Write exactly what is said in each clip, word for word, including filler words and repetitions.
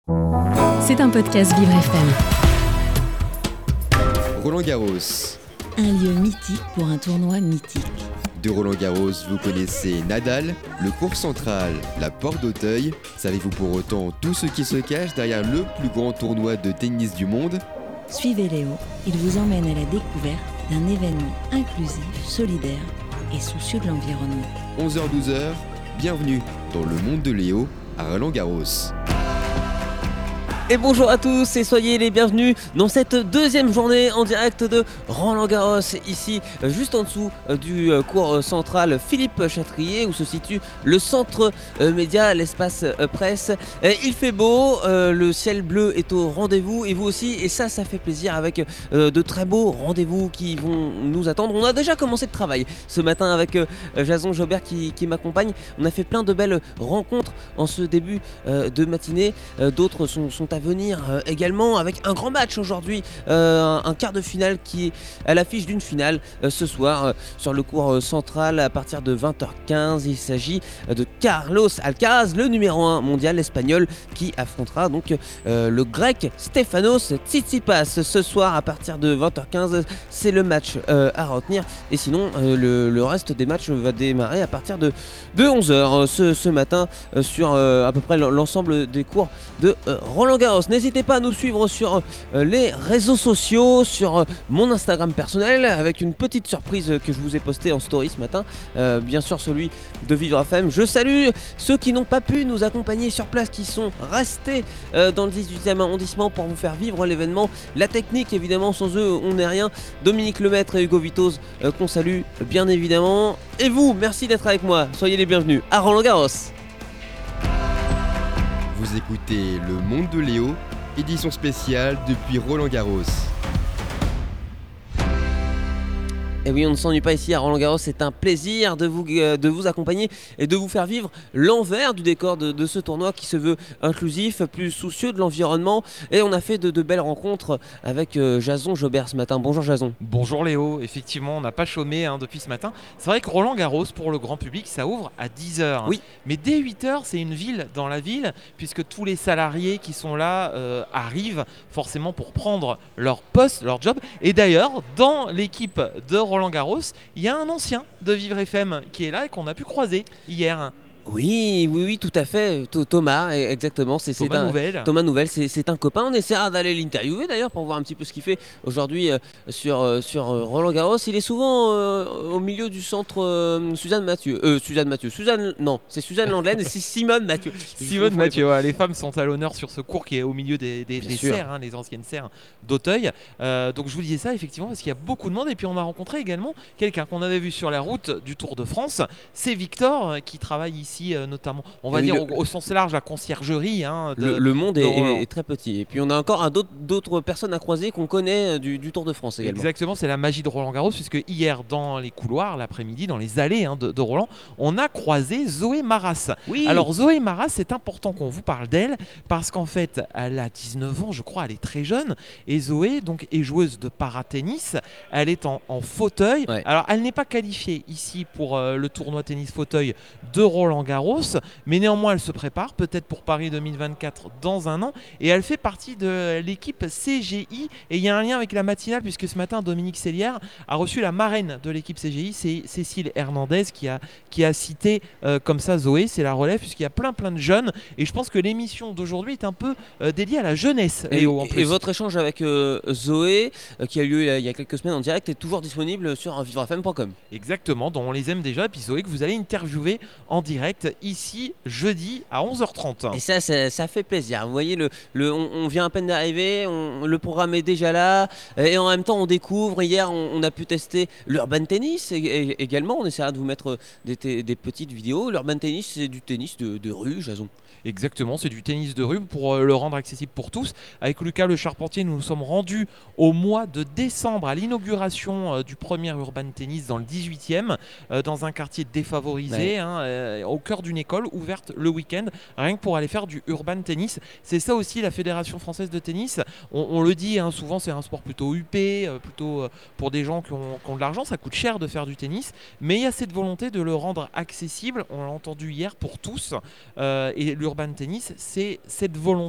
C'est un podcast Vivre F M. Roland-Garros. Un lieu mythique pour un tournoi mythique. De Roland-Garros, vous connaissez Nadal, le court central, la porte d'Auteuil. Savez-vous pour autant tout ce qui se cache derrière le plus grand tournoi de tennis du monde ? Suivez Léo, il vous emmène à la découverte d'un événement inclusif, solidaire et soucieux de l'environnement. onze heures douze, bienvenue dans le monde de Léo à Roland-Garros. Et bonjour à tous et soyez les bienvenus dans cette deuxième journée en direct de Roland-Garros, ici juste en dessous du cours central Philippe Chatrier où se situe le centre média, l'espace presse. Il fait beau, le ciel bleu est au rendez-vous et vous aussi, et ça, ça fait plaisir avec de très beaux rendez-vous qui vont nous attendre. On a déjà commencé le travail ce matin avec Jason Jobert qui, qui m'accompagne. On a fait plein de belles rencontres en ce début de matinée, d'autres sont, sont à venir euh, également avec un grand match aujourd'hui, euh, un quart de finale qui est à l'affiche d'une finale euh, ce soir euh, sur le court euh, central à partir de vingt heures quinze. Il s'agit euh, de Carlos Alcaraz, le numéro un mondial espagnol, qui affrontera donc euh, le grec Stefanos Tsitsipas ce soir à partir de vingt heures quinze. C'est le match euh, à retenir, et sinon euh, le, le reste des matchs va démarrer à partir de, de onze heures euh, ce, ce matin euh, sur euh, à peu près l'ensemble des cours de euh, Roland-Garros. N'hésitez pas à nous suivre sur euh, les réseaux sociaux, sur euh, mon Instagram personnel, avec une petite surprise que je vous ai postée en story ce matin, euh, bien sûr celui de Vivre F M. Je salue ceux qui n'ont pas pu nous accompagner sur place, qui sont restés euh, dans le dix-huitième arrondissement pour vous faire vivre l'événement. La technique, évidemment, sans eux on n'est rien. Dominique Lemaître et Hugo Vitoz euh, qu'on salue bien évidemment. Et vous, merci d'être avec moi, soyez les bienvenus à Roland-Garros. Vous écoutez Le Monde de Léo, édition spéciale depuis Roland-Garros. Et oui, on ne s'ennuie pas ici à Roland-Garros, c'est un plaisir de vous, euh, de vous accompagner et de vous faire vivre l'envers du décor de, de ce tournoi qui se veut inclusif, plus soucieux de l'environnement. Et on a fait de, de belles rencontres avec euh, Jason Jobert ce matin. Bonjour Jason. Bonjour Léo, effectivement on n'a pas chômé hein, depuis ce matin. C'est vrai que Roland-Garros pour le grand public ça ouvre à dix heures. Oui. Mais dès huit heures c'est une ville dans la ville, puisque tous les salariés qui sont là euh, arrivent forcément pour prendre leur poste, leur job. Et d'ailleurs dans l'équipe de Roland-Garros, il y a un ancien de Vivre F M qui est là et qu'on a pu croiser hier. Oui, oui, oui, tout à fait. Th- Thomas, exactement. C'est, Thomas c'est un, Nouvelle. Thomas Nouvelle, c'est, c'est un copain. On essaiera d'aller l'interviewer d'ailleurs pour voir un petit peu ce qu'il fait aujourd'hui euh, sur, euh, sur euh, Roland-Garros. Il est souvent euh, au milieu du centre euh, Suzanne Mathieu. Euh, Suzanne Mathieu. Suzanne, non, c'est Suzanne Landelaine et c'est Simone Mathieu. Simone Mathieu, ouais, les femmes sont à l'honneur sur ce cours qui est au milieu des, des, des serres, hein, les anciennes serres d'Auteuil. Euh, donc je vous disais ça effectivement parce qu'il y a beaucoup de monde, et puis on a rencontré également quelqu'un qu'on avait vu sur la route du Tour de France. C'est Victor euh, qui travaille ici euh, notamment, on va Oui, dire le, au, au sens large, la conciergerie. Hein, de, le, le monde est, est, est très petit. Et puis on a encore un, d'autres, d'autres personnes à croiser qu'on connaît du, du Tour de France également. Exactement, c'est la magie de Roland-Garros, puisque hier dans les couloirs, l'après-midi, dans les allées hein, de, de Roland, on a croisé Zoé Maras. Oui. Alors Zoé Maras, c'est important qu'on vous parle d'elle parce qu'en fait, elle a dix-neuf ans, je crois, elle est très jeune. Et Zoé donc est joueuse de paratennis. Elle est en, en fauteuil. Ouais. Alors elle n'est pas qualifiée ici pour euh, le tournoi tennis fauteuil de Roland-Garros, mais néanmoins elle se prépare peut-être pour Paris deux mille vingt-quatre dans un an, et elle fait partie de l'équipe C G I. Et il y a un lien avec la matinale puisque ce matin Dominique Sellière a reçu la marraine de l'équipe C G I, c'est Cécile Hernandez qui a, qui a cité euh, comme ça Zoé. C'est la relève puisqu'il y a plein plein de jeunes, et je pense que l'émission d'aujourd'hui est un peu euh, dédiée à la jeunesse. Et, Léo, en plus. Et votre échange avec euh, Zoé euh, qui a eu lieu il y a quelques semaines en direct est toujours disponible sur vivre f m point com. Exactement, dont on les aime déjà, et puis Zoé que vous allez interviewer en direct ici jeudi à onze heures trente. Et ça, ça, ça fait plaisir. Vous voyez, le, le, on, on vient à peine d'arriver, on, le programme est déjà là, et en même temps on découvre. Hier on, on a pu tester l'urban tennis et, et, également. On essaiera de vous mettre des, des petites vidéos. L'urban tennis, c'est du tennis de, de rue, Jason. Exactement, c'est du tennis de rue pour euh, le rendre accessible pour tous. Avec Lucas Le Charpentier, nous nous sommes rendus au mois de décembre à l'inauguration euh, du premier urban tennis dans le dix-huitième, euh, dans un quartier défavorisé, ouais. hein, euh, au cœur d'une école ouverte le week-end, rien que pour aller faire du urban tennis. C'est ça aussi la Fédération française de tennis. On, on le dit hein, souvent, c'est un sport plutôt huppé, euh, plutôt euh, pour des gens qui ont, qui ont de l'argent. Ça coûte cher de faire du tennis, mais il y a cette volonté de le rendre accessible. On l'a entendu hier pour tous, euh, et le urban tennis, c'est cette volonté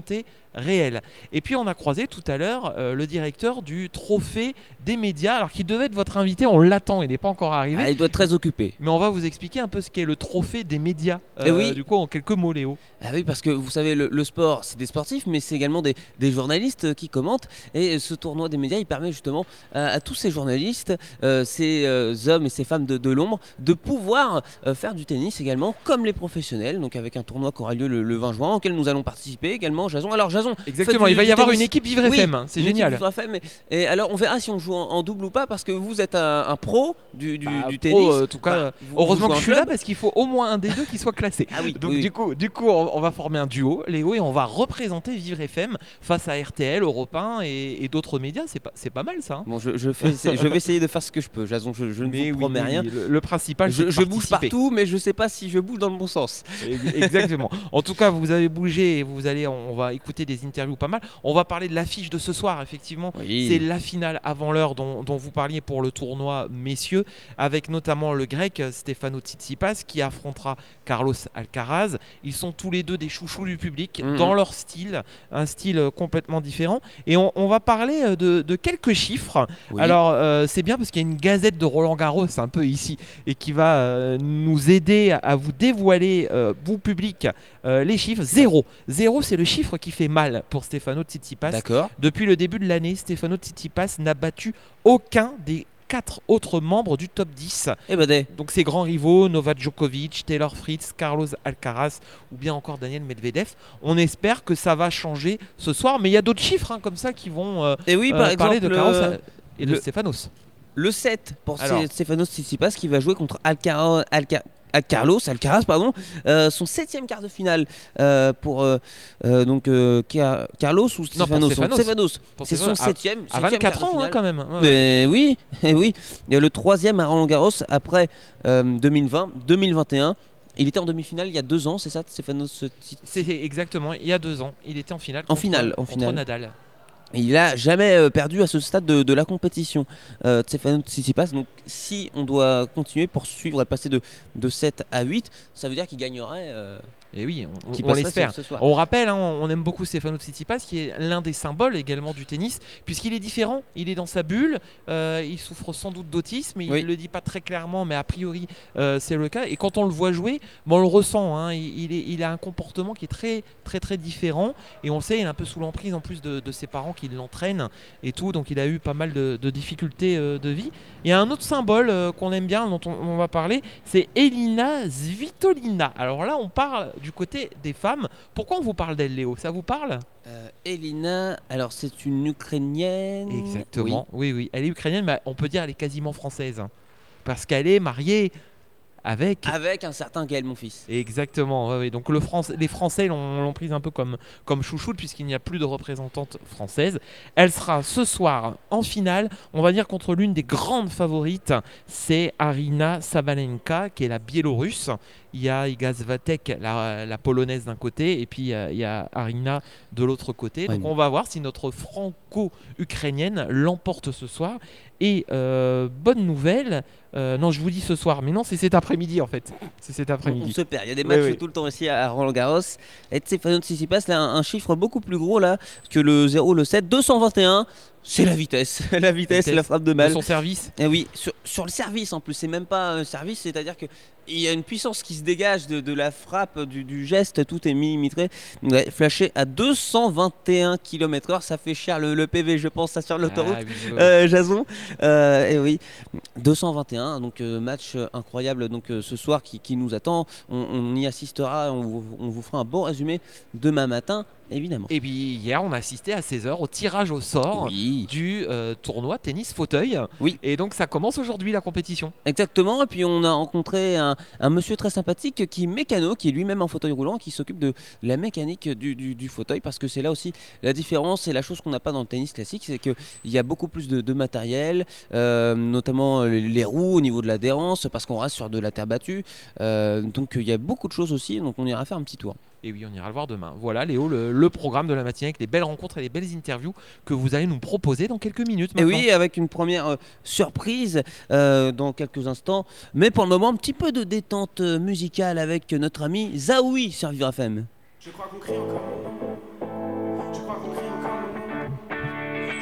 réel. Et puis on a croisé tout à l'heure euh, le directeur du trophée des médias, alors qu'il devait être votre invité, on l'attend, il n'est pas encore arrivé. Ah, il doit être très occupé. Mais on va vous expliquer un peu ce qu'est le trophée des médias. Euh, Eh oui. Du coup, en quelques mots, Léo. Ah oui, parce que vous savez, le, le sport, c'est des sportifs, mais c'est également des, des journalistes qui commentent. Et ce tournoi des médias, il permet justement à, à tous ces journalistes, euh, ces euh, hommes et ces femmes de, de l'ombre, de pouvoir euh, faire du tennis également, comme les professionnels. Donc avec un tournoi qui aura lieu le, le vingt juin, auquel nous allons participer également, Jason. Alors Jason, Exactement, faites il va du- y du avoir tennis. une équipe Vivre Oui, F M, hein, c'est une équipe génial. Vivre F M. Et, et alors on verra si on joue en, en double ou pas, parce que vous êtes un, un pro du, du, Bah, du pro, tennis. euh, en tout cas, Bah, vous- heureusement vous que jouez je suis en là club. parce qu'il faut au moins un des deux qui soit classé. Ah oui, Donc oui, du oui. coup, du coup, on, on va former un duo, Léo, et on va représenter Vivre F M face à R T L, Europe un et, et d'autres médias. C'est pas, c'est pas mal ça. hein. Bon, je, je, fais, je vais essayer de faire ce que je peux, Jason. Je, je ne Mais vous oui, promets oui, rien. oui, Le, le principal, c'est Je, de je bouge participer. partout, mais je sais pas si je bouge dans le bon sens. Exactement. En tout cas, vous avez bougé et vous allez, on va écouter des interviews pas mal. On va parler de l'affiche de ce soir, effectivement. Oui. C'est la finale avant l'heure dont, dont vous parliez pour le tournoi messieurs, avec notamment le grec Stefano Tsitsipas qui affrontera Carlos Alcaraz. Ils sont tous les deux des chouchous du public Mhm. dans leur style, un style euh, complètement différent. Et on, on va parler euh, de, de quelques chiffres. Oui. Alors, euh, c'est bien parce qu'il y a une gazette de Roland Garros un peu ici et qui va euh, nous aider à, à vous dévoiler, euh, vous public, euh, les chiffres. Zéro. Zéro, c'est le chiffre qui fait mal pour Stefano Tsitsipas. D'accord. Depuis le début de l'année, Stefano Tsitsipas n'a battu aucun des quatre autres membres du top dix. Eh ben, des- Donc ses grands rivaux, Novak Djokovic, Taylor Fritz, Carlos Alcaraz ou bien encore Daniel Medvedev. On espère que ça va changer ce soir, mais il y a d'autres chiffres hein, comme ça qui vont euh, Et oui, euh, par parler exemple, de Carlos euh, et de le- Stefanos. le sept pour Alors. Stefanos Tsitsipas qui va jouer contre Alcaraz. Alca- Al- Carlos Alcaraz, pardon, euh, son septième quart de finale euh, pour euh, euh, donc euh, Ca- Carlos ou Stefanos. Stefanos. Stefanos. Pour C'est son Stefanos, à- septième. À septième vingt-quatre quart de ans hein, finale. quand même. Ouais, ouais. Mais oui, eh oui. Et le troisième à Roland Garros après euh, deux mille vingt, deux mille vingt et un. Il était en demi-finale il y a deux ans, c'est ça, Stefanos Tsitsipas. C'est exactement, il y a deux ans, il était en finale. En contre- finale, en contre finale. Nadal. Il n'a jamais euh, perdu à ce stade de, de la compétition, euh, Stefanos Tsitsipas. Donc, si on doit continuer, poursuivre et passer de, de sept à huit, ça veut dire qu'il gagnerait. euh, Et oui, on, qu'il on passerait l'espère. ce soir. On rappelle, hein, on aime beaucoup Stefano Tsitsipas, qui est l'un des symboles également du tennis, puisqu'il est différent. Il est dans sa bulle, euh, il souffre sans doute d'autisme, il ne Oui. le dit pas très clairement, mais a priori euh, c'est le cas. Et quand on le voit jouer, bon, on le ressent. hein, il, il est- il a un comportement qui est très très très différent. Et on le sait, il est un peu sous l'emprise en plus de, de ses parents qui l'entraînent et tout. Donc il a eu pas mal de, de difficultés euh, de vie. Il y a un autre symbole euh, qu'on aime bien, dont on, on va parler, c'est Elina Svitolina. Alors là, on parle du côté des femmes. Pourquoi on vous parle d'elle, Léo? Ça vous parle? Euh, Elina, alors c'est une Ukrainienne. Exactement. Oui. oui, Elle est ukrainienne, mais on peut dire elle est quasiment française. hein. Parce qu'elle est mariée avec... Oui. Avec un certain Gaël Monfils. Exactement. ouais, ouais. Donc le France, les Français l'ont l'ont prise un peu comme, comme chouchoute puisqu'il n'y a plus de représentante française. Elle sera ce soir en finale, on va dire contre l'une des grandes favorites, c'est Arina Sabalenka qui est la Biélorusse. Il y a Iga Swiatek, la, la polonaise d'un côté, et puis euh, il y a Arina de l'autre côté. Ouais, Donc mais- on va voir si notre franco-ukrainienne l'emporte ce soir. Et euh, bonne nouvelle, euh, non je vous dis ce soir, mais non c'est cet après-midi en fait. C'est cet On, on après-midi. se perd. Il y a des Oui, matchs oui. tout le temps ici à Roland Garros. Et Stefanos Tsitsipas, là, un, un chiffre beaucoup plus gros là que le zéro, le sept, deux cent vingt et un. C'est la vitesse, la vitesse, Vitesse la frappe de De balle. son service. Eh oui, sur, sur le service en plus, c'est même pas un service, c'est-à-dire que il y a une puissance qui se dégage de, de la frappe, du, du geste, tout est millimétré. Ouais, flashé à deux cent vingt et un kilomètres heure, ça fait cher le, le P V, je pense, ça sur l'autoroute. Ah, oui, oui, oui. Euh, Jason, euh, et oui, deux cent vingt et un, donc euh, match euh, incroyable donc euh, ce soir qui, qui nous attend. On, on y assistera, on vous, on vous fera un bon résumé demain matin, évidemment. Et puis hier, on a assisté à seize heures au tirage au sort Oui, du euh, tournoi tennis fauteuil. Oui. Et donc ça commence aujourd'hui la compétition. exactement. Et puis on a rencontré un, un monsieur très sympathique qui est mécano, qui est lui-même en fauteuil roulant, qui s'occupe de la mécanique du, du- du fauteuil, parce que c'est là aussi la différence et la chose qu'on n'a pas dans le tennis classique, c'est qu'il y a beaucoup plus de, de matériel, euh, notamment les, les roues au niveau de l'adhérence, parce qu'on reste sur de la terre battue. Euh, donc il y a beaucoup de choses aussi, donc on ira faire un petit tour. Et oui, on ira le voir demain. Voilà Léo, le, le programme de la matinée avec les belles rencontres et les belles interviews que vous allez nous proposer dans quelques minutes Et maintenant. oui, avec une première euh, surprise euh, dans quelques instants. Mais pour le moment, un petit peu de détente euh, musicale avec notre ami Zaoui sur Vivre F M. Je crois qu'on crie encore. Je crois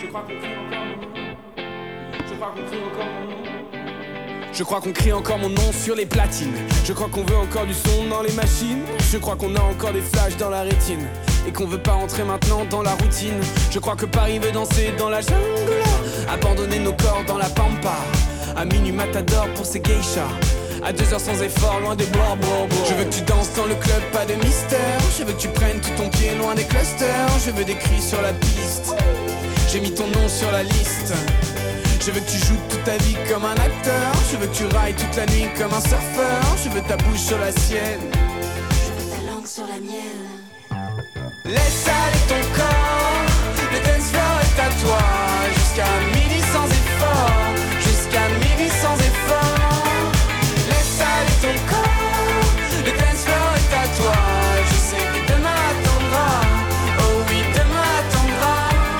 crois qu'on crie encore mon nom. Je crois qu'on crie encore mon nom. Je crois qu'on crie encore mon nom sur les platines. Je crois qu'on veut encore du son dans les machines. Je crois qu'on a encore des flashs dans la rétine et qu'on veut pas rentrer maintenant dans la routine. Je crois que Paris veut danser dans la jungle, abandonner nos corps dans la pampa. À minuit matador pour ces geishas, à deux heures sans effort, loin des bois, bois, bois. Je veux que tu danses dans le club, pas de mystère. Je veux que tu prennes tout ton pied loin des clusters. Je veux des cris sur la piste. J'ai mis ton nom sur la liste. Je veux que tu joues toute ta vie comme un acteur. Je veux que tu railles toute la nuit comme un surfeur. Je veux ta bouche sur la sienne. Je veux ta langue sur la mienne. Laisse aller ton corps. Le dance floor est à toi. Jusqu'à midi sans effort. Jusqu'à midi sans effort. Laisse aller ton corps. Le dance floor est à toi. Je sais que demain attendra. Oh oui, demain attendra.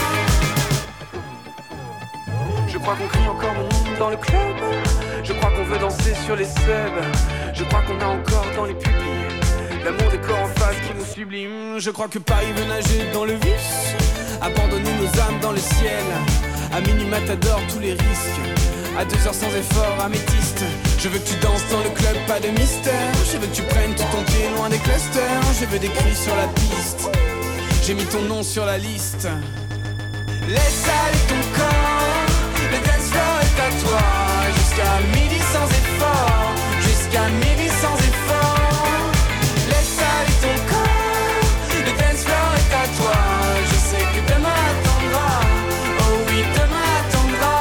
Je crois qu'on crie encore mon nom dans le club. Je crois qu'on veut danser sur les subs. Je crois qu'on a encore dans les pupilles l'amour des corps en face qui nous sublime. Je crois que Paris veut nager dans le vice, abandonner nos âmes dans le ciel. À minuit matador tous les risques, à deux heures sans effort améthyste. Je veux que tu danses dans le club, pas de mystère. Je veux que tu prennes tout ton pied loin des clusters. Je veux des cris sur la piste. J'ai mis ton nom sur la liste. Laisse aller ton corps. Le dance floor est à toi. Jusqu'à midi sans effort. Jusqu'à midi sans effort. Laisse aller ton corps. Le dance floor est à toi. Je sais que demain attendra. Oh oui, demain attendra.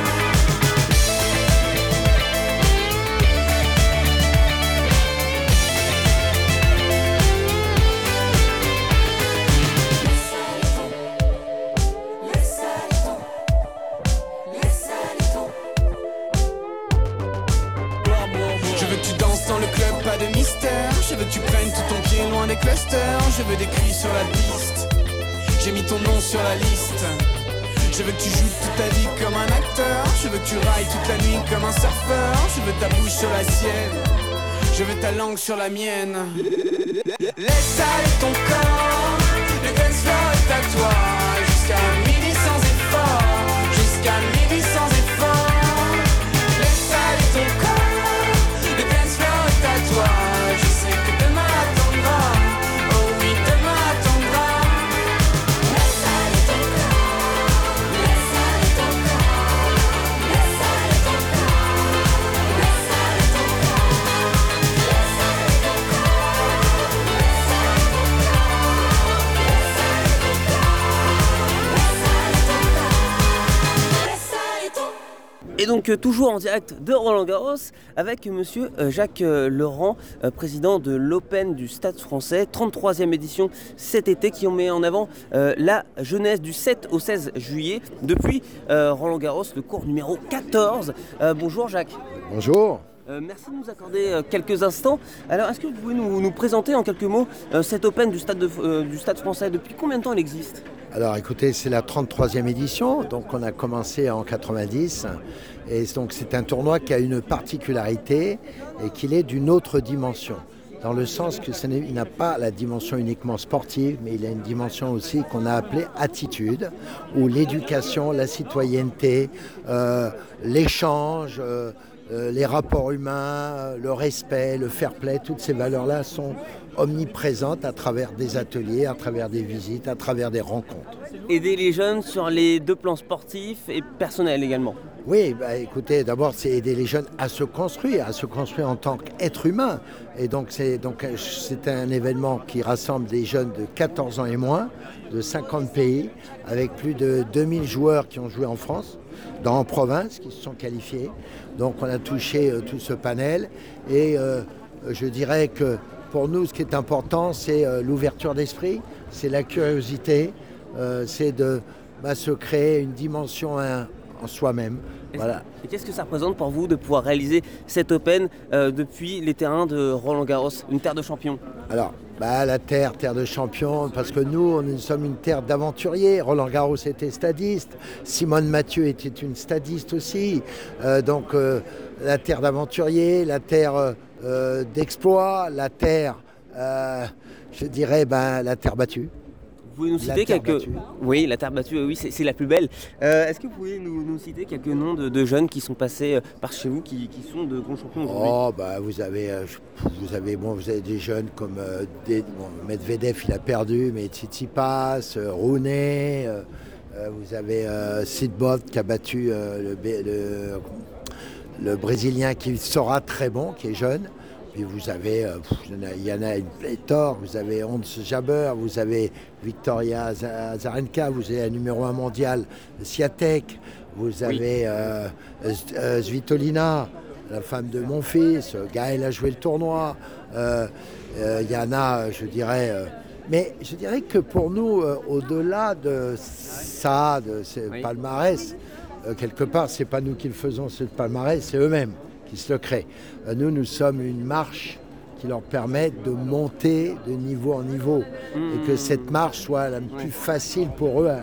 Je veux que tu danses dans le club, pas de mystère. Je veux que tu prennes tout ton pied loin des clusters. Je veux des cris sur la piste. J'ai mis ton nom sur la liste. Je veux que tu joues toute ta vie comme un acteur. Je veux que tu railles toute la nuit comme un surfeur. Je veux ta bouche sur la sienne. Je veux ta langue sur la mienne. Laisse aller ton corps. Le dance floor est à toi. Jusqu'à midi sans effort. Jusqu'à midi sans effort. Laisse aller ton corps. Le dance floor est à toi. Je sais que demain attendra. Oh oui, demain attendra. Laisse aller ton corps. Laisse aller ton corps. Laisse aller ton corps. Laisse aller ton corps. Laisse aller ton corps. Laisse aller ton corps. Laisse aller ton corps. Laisse aller ton corps. Et donc euh, toujours en direct de Roland Garros avec monsieur euh, Jacques euh, Laurent, euh, président de l'Open du Stade français, trente-troisième édition cet été qui en met en avant euh, la jeunesse du sept au seize juillet depuis euh, Roland Garros, le cours numéro quatorze. Euh, bonjour Jacques. Bonjour. Euh, merci de nous accorder euh, quelques instants. Alors est-ce que vous pouvez nous, nous présenter en quelques mots euh, cet Open du Stade, de, euh, du Stade français? Depuis combien de temps il existe? Alors écoutez, c'est la trente-troisième édition, donc on a commencé en quatre-vingt-dix. Et donc c'est un tournoi qui a une particularité et qu'il est d'une autre dimension. Dans le sens qu'il n'a pas la dimension uniquement sportive, mais il a une dimension aussi qu'on a appelée attitude, où l'éducation, la citoyenneté, euh, l'échange, euh, euh, les rapports humains, le respect, le fair play, toutes ces valeurs-là sont omniprésentes à travers des ateliers, à travers des visites, à travers des rencontres. Aider les jeunes sur les deux plans sportifs et personnels également. Oui, bah, écoutez, d'abord c'est aider les jeunes à se construire, à se construire en tant qu'être humain. Et donc c'est, donc c'est un événement qui rassemble des jeunes de quatorze ans et moins, de cinquante pays, avec plus de deux mille joueurs qui ont joué en France, dans en province, qui se sont qualifiés. Donc on a touché euh, tout ce panel et euh, je dirais que pour nous, ce qui est important, c'est euh, l'ouverture d'esprit, c'est la curiosité, euh, c'est de bah, se créer une dimension hein, en soi-même. Voilà. Et qu'est-ce que ça représente pour vous de pouvoir réaliser cet Open euh, depuis les terrains de Roland-Garros, une terre de champions? Alors, bah, la terre, terre de champions, parce que nous, nous sommes une terre d'aventuriers. Roland-Garros était stadiste, Simone Mathieu était une stadiste aussi. Euh, donc, euh, la terre d'aventuriers, la terre euh, d'exploit, la terre, euh, je dirais, bah, la terre battue. Vous pouvez nous La citer terre quelques... battue. Oui, la terre battue, oui, c'est, c'est la plus belle. Euh, est-ce que vous pouvez nous, nous citer quelques noms de, de jeunes qui sont passés euh, par chez vous, qui, qui sont de grands champions aujourd'hui? Oh, bah, vous avez, euh, vous avez, bon, vous avez des jeunes comme euh, des, bon, Medvedev, il a perdu, mais Tsitsipas, euh, Rooney, euh, euh, vous avez euh, Sidbot qui a battu euh, le, le, le Brésilien qui sera très bon, qui est jeune. Puis vous avez, euh, pff, il y en a une pléthore, vous avez Hans Jabber, vous avez Victoria Azarenka, vous avez la numéro un mondial, Swiatek, vous avez euh, euh, Svitolina, la femme de mon fils, Gaël a joué le tournoi, euh, euh, il y en a, je dirais... Euh, mais je dirais que pour nous, euh, au-delà de ça, de ces oui. palmarès, euh, quelque part, c'est pas nous qui le faisons, c'est le palmarès, c'est eux-mêmes qui se le créent. Euh, nous, nous sommes une marche qui leur permet de monter de niveau en niveau mmh. et que cette marche soit la plus facile pour eux à,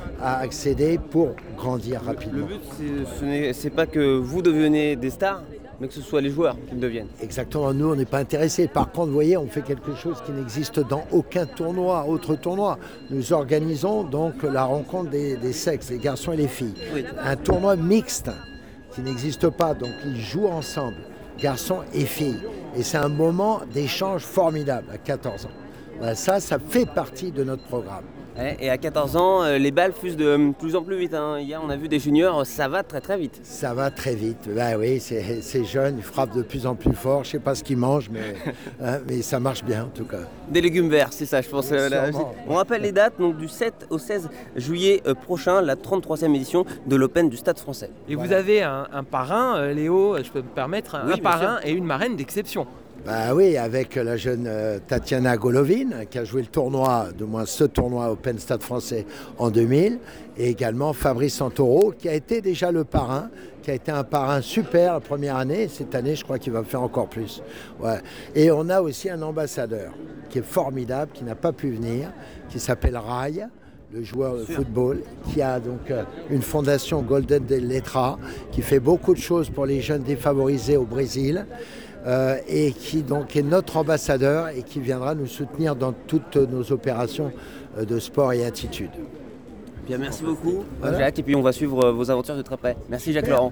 à accéder pour grandir rapidement. Le but, c'est, ce n'est c'est pas que vous deveniez des stars, mais que ce soit les joueurs qui le deviennent. Exactement, nous on n'est pas intéressés. Par contre, vous voyez, on fait quelque chose qui n'existe dans aucun tournoi, autre tournoi. Nous organisons donc la rencontre des, des sexes, les garçons et les filles. Oui. Un tournoi mixte qui n'existe pas, donc ils jouent ensemble, garçons et filles. Et c'est un moment d'échange formidable à quatorze ans. Ben ça, ça fait partie de notre programme. Et à quatorze ans, les balles fusent de plus en plus vite. Hein. Hier, on a vu des juniors, ça va très très vite. Ça va très vite. Ben oui, c'est, c'est jeune, ils frappent de plus en plus fort. Je ne sais pas ce qu'ils mangent, mais, hein, mais ça marche bien en tout cas. Des légumes verts, c'est ça, je pense. Oui, là, on rappelle les dates, donc du sept au seize juillet prochain, la trente-troisième édition de l'Open du Stade Français. Et voilà. Vous avez un, un parrain, Léo, je peux me permettre, un, oui, un parrain sûr. Et une marraine d'exception. Bah oui, avec la jeune euh, Tatiana Golovin qui a joué le tournoi, du moins ce tournoi Open Stade Français en deux mille, et également Fabrice Santoro qui a été déjà le parrain, qui a été un parrain super la première année. Cette année, je crois qu'il va faire encore plus. Ouais. Et on a aussi un ambassadeur qui est formidable, qui n'a pas pu venir, qui s'appelle Rai, le joueur de football, qui a donc euh, une fondation Golden Letra, qui fait beaucoup de choses pour les jeunes défavorisés au Brésil. Euh, et qui donc est notre ambassadeur et qui viendra nous soutenir dans toutes nos opérations euh, de sport et attitude. Bien, merci beaucoup voilà. Jacques, et puis on va suivre vos aventures de très près. Merci Jacques Laurent.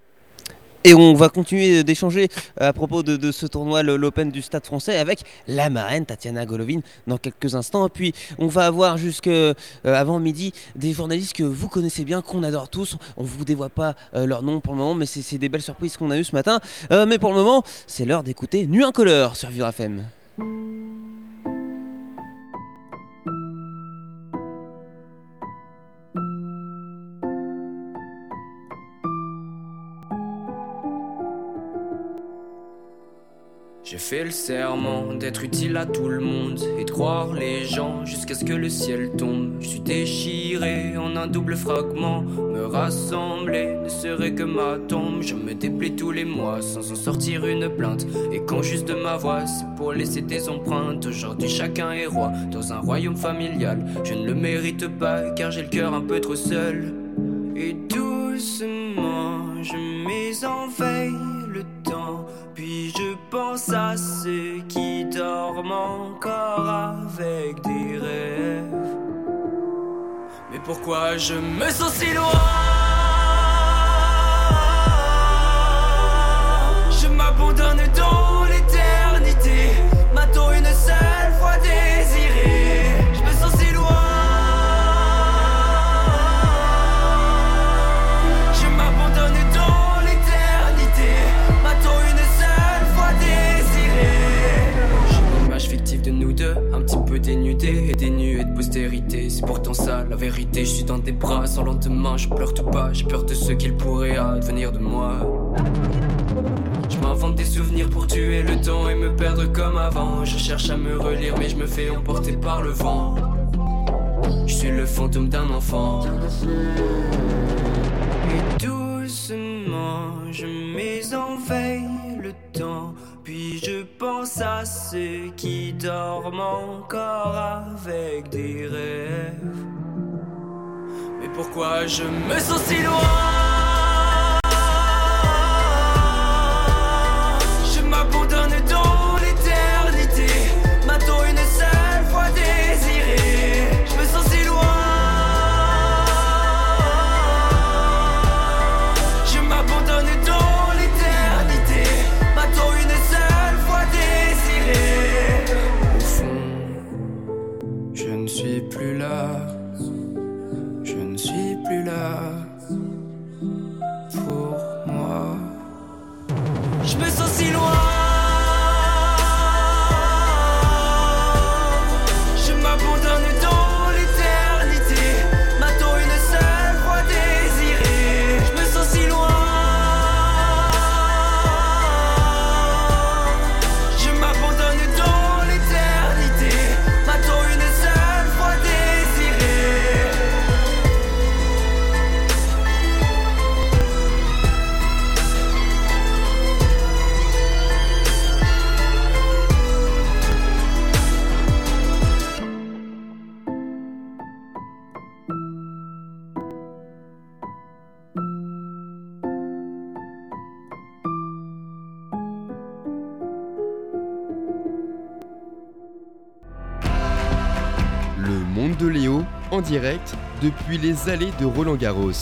Et on va continuer d'échanger à propos de, de ce tournoi, le, l'Open du Stade Français, avec la marraine Tatiana Golovin dans quelques instants. Et puis on va avoir jusqu'à euh, avant midi des journalistes que vous connaissez bien, qu'on adore tous. On ne vous dévoile pas euh, leur nom pour le moment, mais c'est, c'est des belles surprises qu'on a eues ce matin. Euh, mais pour le moment, c'est l'heure d'écouter Nuit en couleur sur Vivre F M. J'ai fait le serment d'être utile à tout le monde et de croire les gens jusqu'à ce que le ciel tombe. Je suis déchiré en un double fragment. Me rassembler ne serait que ma tombe. Je me déplie tous les mois sans en sortir une plainte. Et quand juste de ma voix, c'est pour laisser des empreintes. Aujourd'hui chacun est roi dans un royaume familial. Je ne le mérite pas car j'ai le cœur un peu trop seul. Et doucement je mets en veille le temps. Puis je pense à ceux qui dorment encore avec des rêves. Mais pourquoi je me sens si loin? Je m'abandonne dans l'éternité. M'a-t-on une seule fois désiré? Je me sens si loin. Je m'abandonne dans l'éternité. M'a-t-on une seule fois désiré? J'ai une image fictive de nous deux, un petit peu dénudée et dénuée de postérité. C'est pourtant ça la vérité. Je suis dans tes bras sans lendemain. Je pleure tout bas. J'ai peur de ce qu'il pourrait advenir de moi. Je m'invente des souvenirs pour tuer le temps et me perdre comme avant. Je cherche à me relire mais je me fais emporter par le vent. Je suis le fantôme d'un enfant. Et doucement je mets en veille le temps. Puis je pense à ceux qui dorment encore avec des rêves. Mais pourquoi je me sens si loin? Je m'abandonne dans l'éternité. M'a-t-on une seule fois désiré? Je me plus là pour moi. Je me sens si loin. Je m'abandonne dans l'éternité, m'attend une seule fois désirée. Je me sens si loin. Je m'abandonne dans l'éternité, m'attend une seule fois désirée. Le monde de Léo, en direct, depuis les allées de Roland-Garros.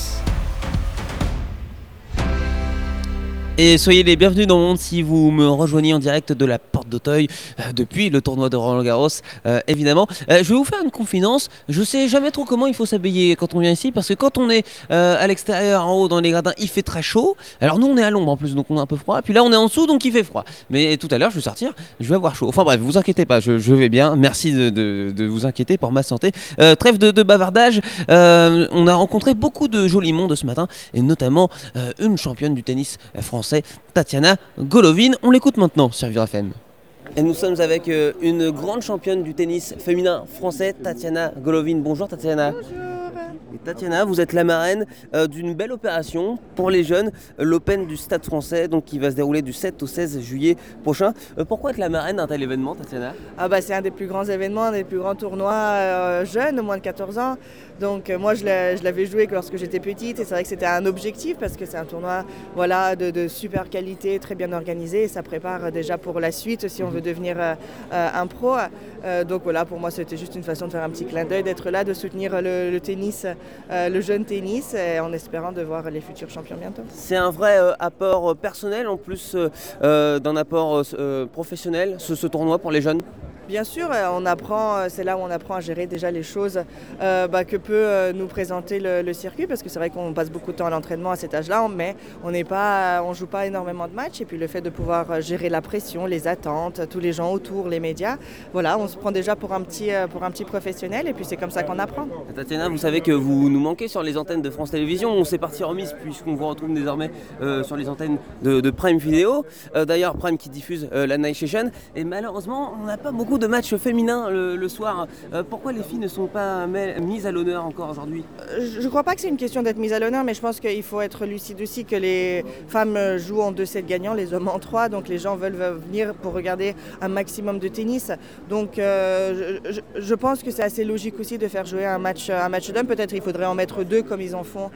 Et soyez les bienvenus dans le monde si vous me rejoignez en direct de la Porte d'Auteuil euh, depuis le tournoi de Roland-Garros, euh, évidemment. Euh, je vais vous faire une confidence, je sais jamais trop comment il faut s'habiller quand on vient ici, parce que quand on est euh, à l'extérieur, en haut, dans les gradins, il fait très chaud. Alors nous on est à l'ombre en plus, donc on a un peu froid. Puis là on est en dessous, donc il fait froid. Mais tout à l'heure je vais sortir, je vais avoir chaud. Enfin bref, vous inquiétez pas, je, je vais bien. Merci de, de, de vous inquiéter pour ma santé. Euh, trêve de, de bavardage, euh, on a rencontré beaucoup de jolis mondes ce matin, et notamment euh, une championne du tennis français, Tatiana Golovin. On l'écoute maintenant sur Vivre F M. Et nous sommes avec euh, une grande championne du tennis féminin français, Tatiana Golovin. Bonjour Tatiana. Bonjour. Et Tatiana, vous êtes la marraine euh, d'une belle opération pour les jeunes, euh, l'Open du Stade français, donc qui va se dérouler du sept au seize juillet prochain. Euh, pourquoi être la marraine d'un tel événement, Tatiana ? Ah bah c'est un des plus grands événements, un des plus grands tournois euh, jeunes, au moins de quatorze ans. Donc euh, moi je l'ai- je l'avais joué lorsque j'étais petite et c'est vrai que c'était un objectif parce que c'est un tournoi voilà, de, de super qualité, très bien organisé et ça prépare déjà pour la suite si on veut devenir euh, euh, un pro. Euh, donc voilà, pour moi c'était juste une façon de faire un petit clin d'œil, d'être là, de soutenir le, le tennis, euh, le jeune tennis et en espérant de voir les futurs champions bientôt. C'est un vrai euh, apport euh, personnel en plus euh, euh, d'un apport euh, professionnel, ce, ce tournoi pour les jeunes. Bien sûr, euh, on apprend, euh, c'est là où on apprend à gérer déjà les choses euh, bah, que peut euh, nous présenter le, le circuit, parce que c'est vrai qu'on passe beaucoup de temps à l'entraînement à cet âge-là, mais on n'est pas, on joue pas énormément de matchs. Et puis le fait de pouvoir euh, gérer la pression, les attentes, tous les gens autour, les médias, voilà, on se prend déjà pour un petit, euh, pour un petit professionnel, et puis c'est comme ça qu'on apprend. Tatiana, vous savez que vous nous manquez sur les antennes de France Télévisions. On s'est parti remise puisqu'on vous retrouve désormais euh, sur les antennes de, de Prime Video. Euh, D'ailleurs, Prime qui diffuse euh, la Night Session. Et malheureusement, on n'a pas beaucoup de matchs féminins le, le soir. Euh, pourquoi les filles ne sont pas mê- mises à l'honneur encore aujourd'hui ? Je ne crois pas que c'est une question d'être mise à l'honneur, mais je pense qu'il faut être lucide aussi que les femmes jouent en deux sets gagnants, les hommes en trois, donc les gens veulent venir pour regarder un maximum de tennis. Donc euh, je, je- je pense que c'est assez logique aussi de faire jouer un match, un match d'hommes. Peut-être il faudrait en mettre deux comme ils en font,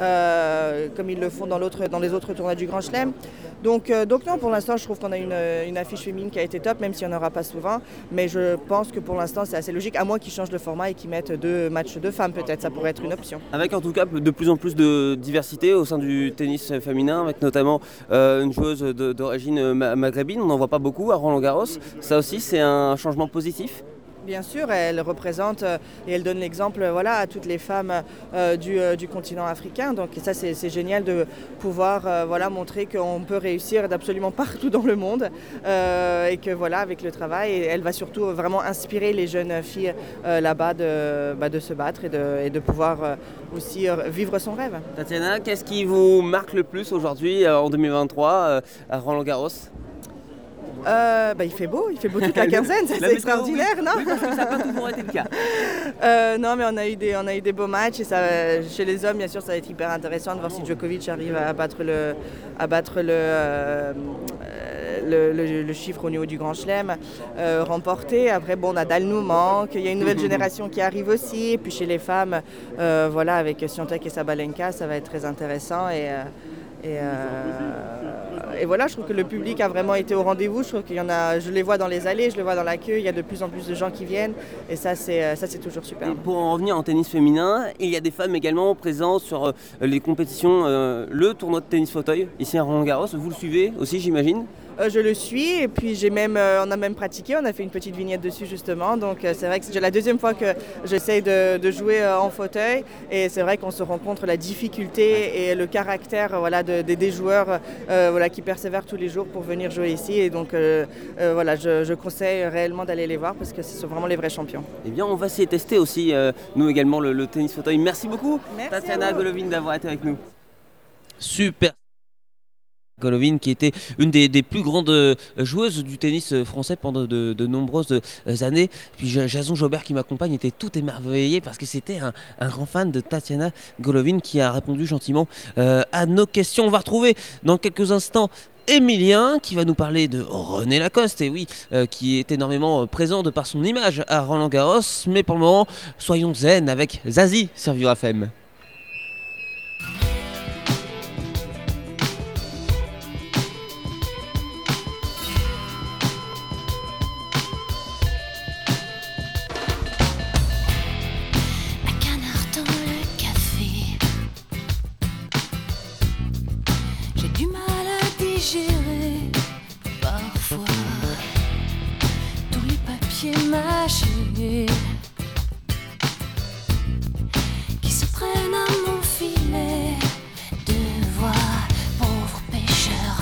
euh, comme ils le font dans, l'autre, dans les autres tournois du Grand Chelem. Donc, euh, donc non, pour l'instant, je trouve qu'on a une, une affiche féminine qui a été top, même s'il n'y en aura pas souvent. Mais je pense que pour l'instant, c'est assez logique, à moins qu'ils changent le format et qu'ils mettent deux matchs de femmes, peut-être. Ça pourrait être une option. Avec en tout cas de plus en plus de diversité au sein du tennis féminin, avec notamment euh, une joueuse de- d'origine ma- maghrébine. On n'en voit pas beaucoup à Roland-Garros. Ça aussi, c'est un changement positif. Bien sûr, elle représente euh, et elle donne l'exemple euh, voilà, à toutes les femmes euh, du, euh, du continent africain. Donc ça, c'est c'est génial de pouvoir euh, voilà, montrer qu'on peut réussir d'absolument partout dans le monde euh, et que voilà, avec le travail, et elle va surtout vraiment inspirer les jeunes filles euh, là-bas de, bah, de se battre et de, et de pouvoir euh, aussi euh, vivre son rêve. Tatiana, qu'est-ce qui vous marque le plus aujourd'hui euh, en deux mille vingt-trois euh, à Roland-Garros ? Euh, bah, il fait beau, il fait beau toute la quinzaine, ça, La c'est météo, extraordinaire, oui. non Oui, parce que ça n'a pas toujours été le cas. Euh, non, mais on a eu des, on a eu des beaux matchs et ça, chez les hommes, bien sûr, ça va être hyper intéressant de voir si Djokovic arrive à battre le, à battre le, euh, le, le- le chiffre au niveau du Grand Chelem, euh, remporté. Après, bon, Nadal nous manque. Il y a une nouvelle génération qui arrive aussi. Et puis chez les femmes, euh, voilà, avec Swiatek et Sabalenka, ça va être très intéressant et. euh, Et, euh, et voilà, je trouve que le public a vraiment été au rendez-vous. Je trouve qu'il y en a, je les vois dans les allées, je les vois dans la queue. Il y a de plus en plus de gens qui viennent, et ça, c'est ça, c'est toujours super. Et pour en revenir en tennis féminin, il y a des femmes également présentes sur euh, les compétitions, euh, le tournoi de tennis fauteuil ici à Roland-Garros. Vous le suivez aussi, j'imagine ? euh, je le suis et puis j'ai même, euh, on a même pratiqué, on a fait une petite vignette dessus justement. Donc euh, c'est vrai que c'est la deuxième fois que j'essaye de, de jouer euh, en fauteuil et c'est vrai qu'on se rencontre la difficulté et le caractère euh, voilà, de, de, des joueurs euh, voilà, qui persévèrent tous les jours pour venir jouer ici. Et donc euh, euh, voilà, je, je conseille réellement d'aller les voir parce que ce sont vraiment les vrais champions. Eh bien, on va s'y tester aussi, euh, nous également, le, le tennis fauteuil. Merci beaucoup, Merci Tatiana Golovin, d'avoir été avec nous. Super. Golovin qui était une des, des plus grandes euh, joueuses du tennis euh, français pendant de, de nombreuses euh, années. Puis Jason Jobert qui m'accompagne était tout émerveillé parce que c'était un, un grand fan de Tatiana Golovin qui a répondu gentiment euh, à nos questions. On va retrouver dans quelques instants Emilien qui va nous parler de René Lacoste, et oui, euh, qui est énormément euh, présent de par son image à Roland Garros. Mais pour le moment, soyons zen avec Zazie sur Vivre F M. Parfois, tous les papiers mâchés qui se prennent à mon filet de voix, pauvre pêcheur.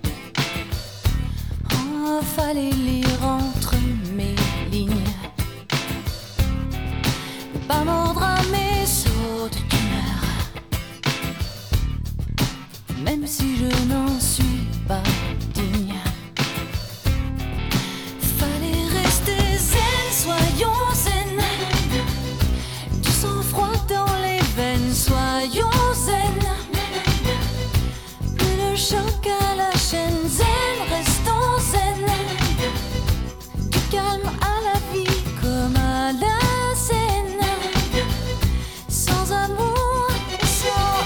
Oh, fallait lire entre mes lignes, ne pas mordre à mes sautes d'humeur, même si je n'en suis pas digne. Fallait rester zen, soyons zen, du sang-froid dans les veines, soyons zen, plus de choc à la chaîne, zen, restons zen, du calme à la vie comme à la scène, sans amour et sans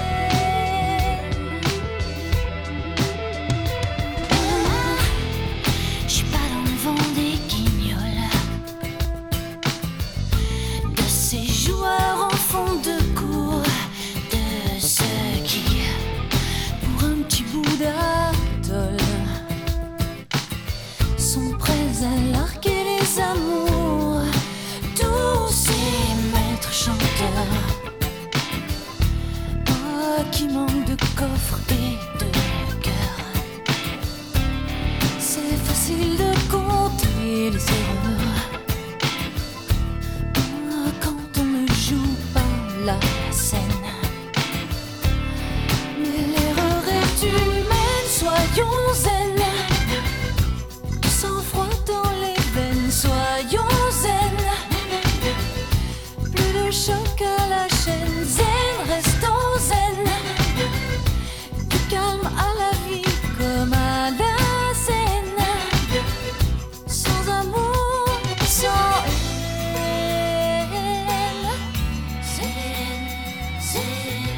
qui manque de coffre et de cœur. C'est facile de compter les erreurs quand on ne joue pas la scène. Mais l'erreur est humaine, soyons zen, du sang-froid dans les veines, soyons zen, plus de choc à la chaîne, zen, restons zen, du calme à la vie comme à la scène, sans amour, sans haine, zen, zen.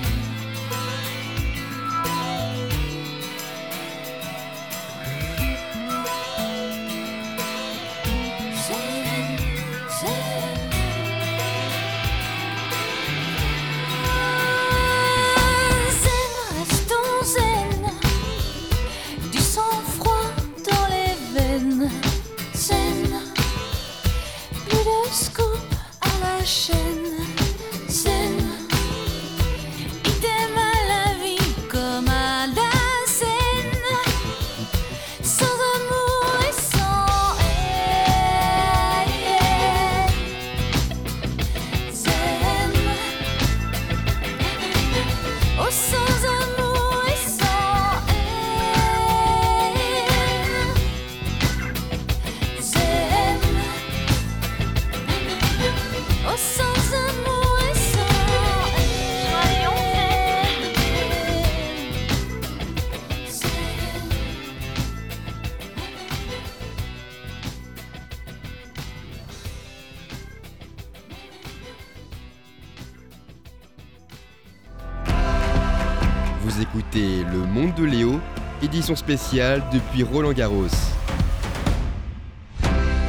Vous écoutez Le Monde de Léo, édition spéciale depuis Roland Garros.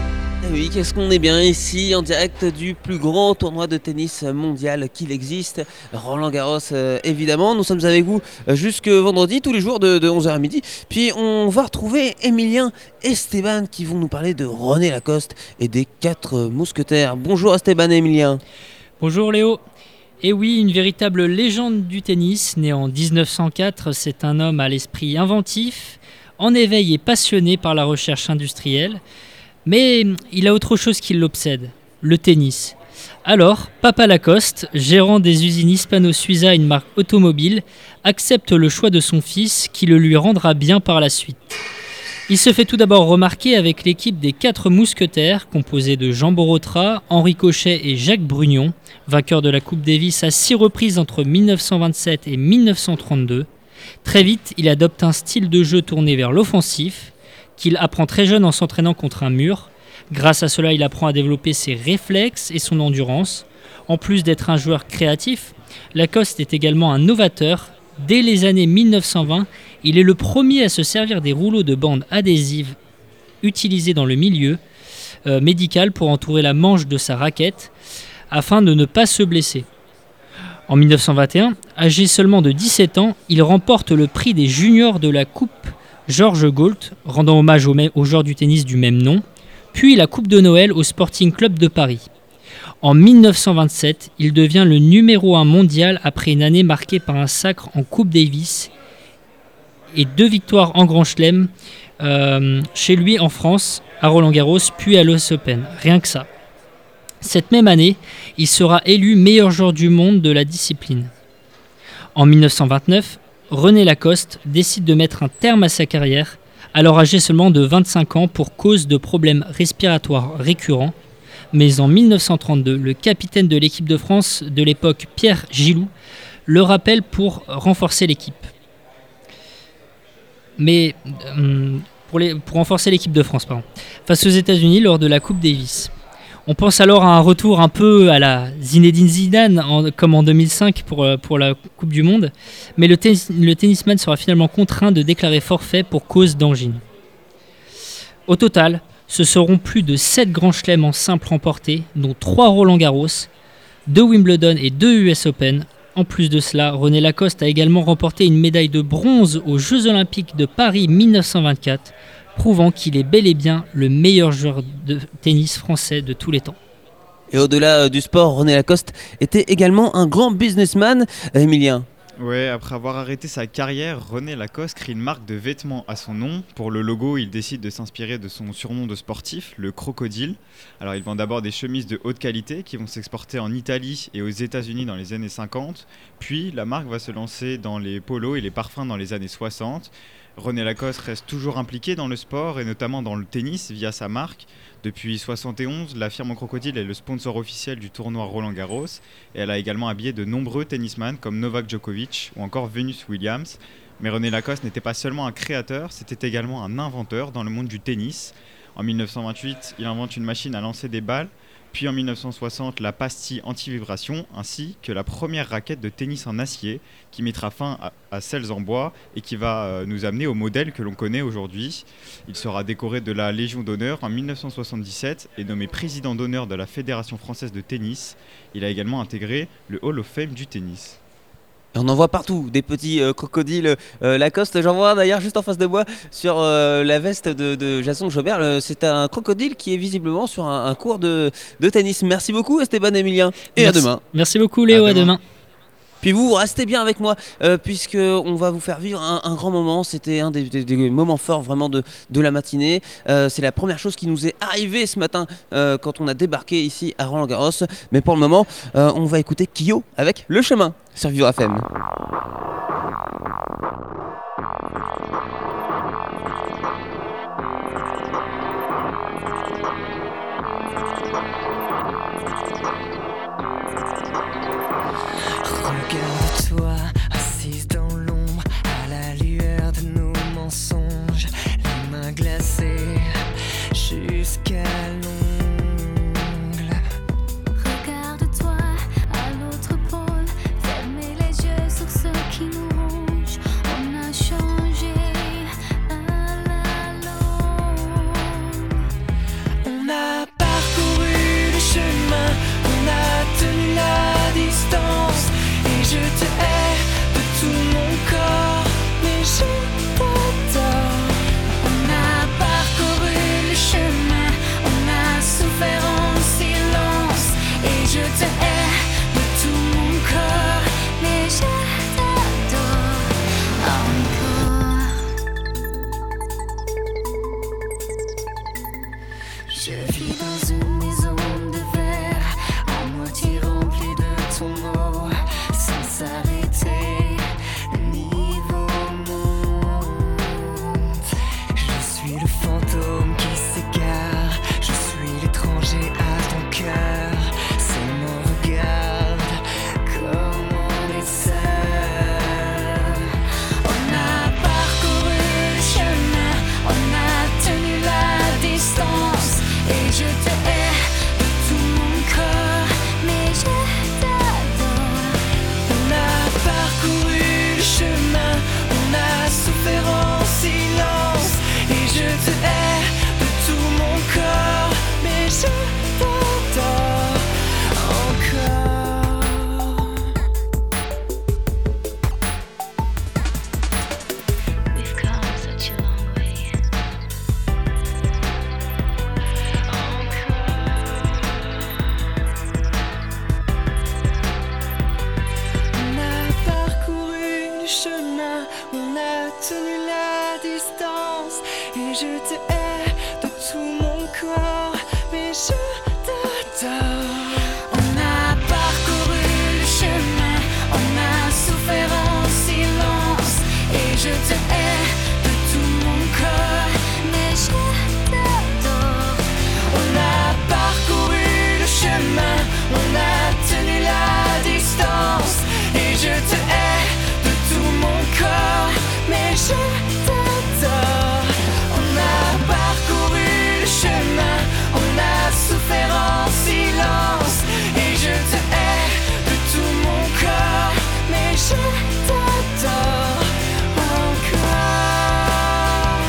Oui, qu'est-ce qu'on est bien ici en direct du plus grand tournoi de tennis mondial qu'il existe, Roland Garros euh, évidemment. Nous sommes avec vous euh, jusque vendredi, tous les jours de, de onze heures à midi. Puis on va retrouver Emilien et Esteban qui vont nous parler de René Lacoste et des quatre mousquetaires. Bonjour Esteban et Emilien. Bonjour Léo. Et oui, une véritable légende du tennis, né en dix-neuf cent quatre, c'est un homme à l'esprit inventif, en éveil et passionné par la recherche industrielle. Mais il a autre chose qui l'obsède, le tennis. Alors, Papa Lacoste, gérant des usines hispano-suiza, une marque automobile, accepte le choix de son fils qui le lui rendra bien par la suite. Il se fait tout d'abord remarquer avec l'équipe des quatre mousquetaires, composée de Jean Borotra, Henri Cochet et Jacques Brugnon, vainqueur de la Coupe Davis à six reprises entre dix-neuf cent vingt-sept et dix-neuf cent trente-deux. Très vite, il adopte un style de jeu tourné vers l'offensif, qu'il apprend très jeune en s'entraînant contre un mur. Grâce à cela, il apprend à développer ses réflexes et son endurance. En plus d'être un joueur créatif, Lacoste est également un novateur. Dès les années dix-neuf cent vingt, il est le premier à se servir des rouleaux de bande adhésive utilisés dans le milieu euh, médical pour entourer la manche de sa raquette afin de ne pas se blesser. En dix-neuf cent vingt et un, âgé seulement de dix-sept ans, il remporte le prix des juniors de la Coupe Georges Gault, rendant hommage au, au joueur du tennis du même nom, puis la Coupe de Noël au Sporting Club de Paris. En dix-neuf cent vingt-sept, il devient le numéro un mondial après une année marquée par un sacre en Coupe Davis et deux victoires en Grand Chelem euh, chez lui en France, à Roland-Garros, puis à l'U S Open. Rien que ça. Cette même année, il sera élu meilleur joueur du monde de la discipline. En dix-neuf cent vingt-neuf, René Lacoste décide de mettre un terme à sa carrière, alors âgé seulement de vingt-cinq ans pour cause de problèmes respiratoires récurrents. Mais en dix-neuf cent trente-deux, le capitaine de l'équipe de France de l'époque, Pierre Gilou, le rappelle pour renforcer l'équipe. Mais euh, pour, les, pour renforcer l'équipe de France, pardon, face aux États-Unis lors de la Coupe Davis. On pense alors à un retour un peu à la Zinedine Zidane, en, comme en deux mille cinq pour, pour la Coupe du Monde, mais le, tennis, le tennisman sera finalement contraint de déclarer forfait pour cause d'angine. Au total, ce seront plus de sept grands chelems en simple remportés, dont trois Roland-Garros, deux Wimbledon et deux U S Open. En plus de cela, René Lacoste a également remporté une médaille de bronze aux Jeux Olympiques de Paris dix-neuf cent vingt-quatre, prouvant qu'il est bel et bien le meilleur joueur de tennis français de tous les temps. Et au-delà euh, du sport, René Lacoste était également un grand businessman, Emilien. Ouais, après avoir arrêté sa carrière, René Lacoste crée une marque de vêtements à son nom. Pour le logo, il décide de s'inspirer de son surnom de sportif, le crocodile. Alors il vend d'abord des chemises de haute qualité qui vont s'exporter en Italie et aux États-Unis dans les années cinquante. Puis la marque va se lancer dans les polos et les parfums dans les années soixante. René Lacoste reste toujours impliqué dans le sport et notamment dans le tennis via sa marque. Depuis soixante et onze, la firme Crocodile est le sponsor officiel du tournoi Roland-Garros et elle a également habillé de nombreux tennisman comme Novak Djokovic ou encore Venus Williams. Mais René Lacoste n'était pas seulement un créateur, c'était également un inventeur dans le monde du tennis. En dix-neuf cent vingt-huit, il invente une machine à lancer des balles. Puis en dix-neuf cent soixante, la pastille anti-vibration, ainsi que la première raquette de tennis en acier qui mettra fin à, à celles en bois et qui va euh, nous amener au modèle que l'on connaît aujourd'hui. Il sera décoré de la Légion d'honneur en dix-neuf cent soixante-dix-sept et nommé président d'honneur de la Fédération française de tennis. Il a également intégré le Hall of Fame du tennis. On en voit partout, des petits euh, crocodiles euh, Lacoste. J'en vois d'ailleurs juste en face de moi sur euh, la veste de, de Jason Jobert. Le, c'est un crocodile qui est visiblement sur un, un cours de, de tennis. Merci beaucoup Esteban et Emilien. Et Merci. à demain. Merci beaucoup Léo, à demain. À demain. Puis vous, restez bien avec moi, euh, puisqu'on va vous faire vivre un, un grand moment. C'était un des, des, des moments forts vraiment de, de la matinée. Euh, c'est la première chose qui nous est arrivée ce matin euh, quand on a débarqué ici à Roland-Garros. Mais pour le moment, euh, on va écouter Kyo avec Le Chemin sur Vivre F M. Regarde-toi, assise dans l'ombre, à la lueur de nos mensonges, les mains glacées jusqu'à l'ongle. Regarde-toi à l'autre pôle, fermez les yeux sur ce qui nous ronge. On a changé à la longue. On n'a pas s'arrêter. Le niveau monte. Je suis le fantôme qui s'égare. Je suis l'étranger à ton cœur. Seulement regarde comme on est seul. On a parcouru le chemin, on a tenu la distance. Et je te hais de tout mon corps, mais je t'adore. On a parcouru le chemin, on a souffert en silence. Et je te hais de tout mon corps, mais je t'adore encore. We've come such a long way. On a parcouru le chemin, on a tenu la distance. Et je te hais de tout mon corps, mais je t'adore. On a parcouru le chemin, on a souffert en silence. Et je te hais de tout mon corps, mais je t'adore. On a parcouru le chemin, on a tenu la distance. Et je te hais de tout mon corps, mais je t'adore. On a parcouru le chemin, on a souffert en silence. Et je te hais de tout mon corps, mais je t'adore encore,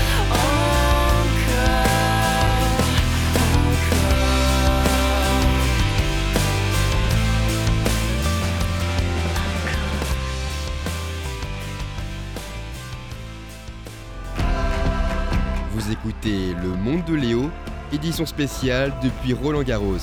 encore, Vous écoutez Le Monde de Léo, édition spéciale depuis Roland-Garros.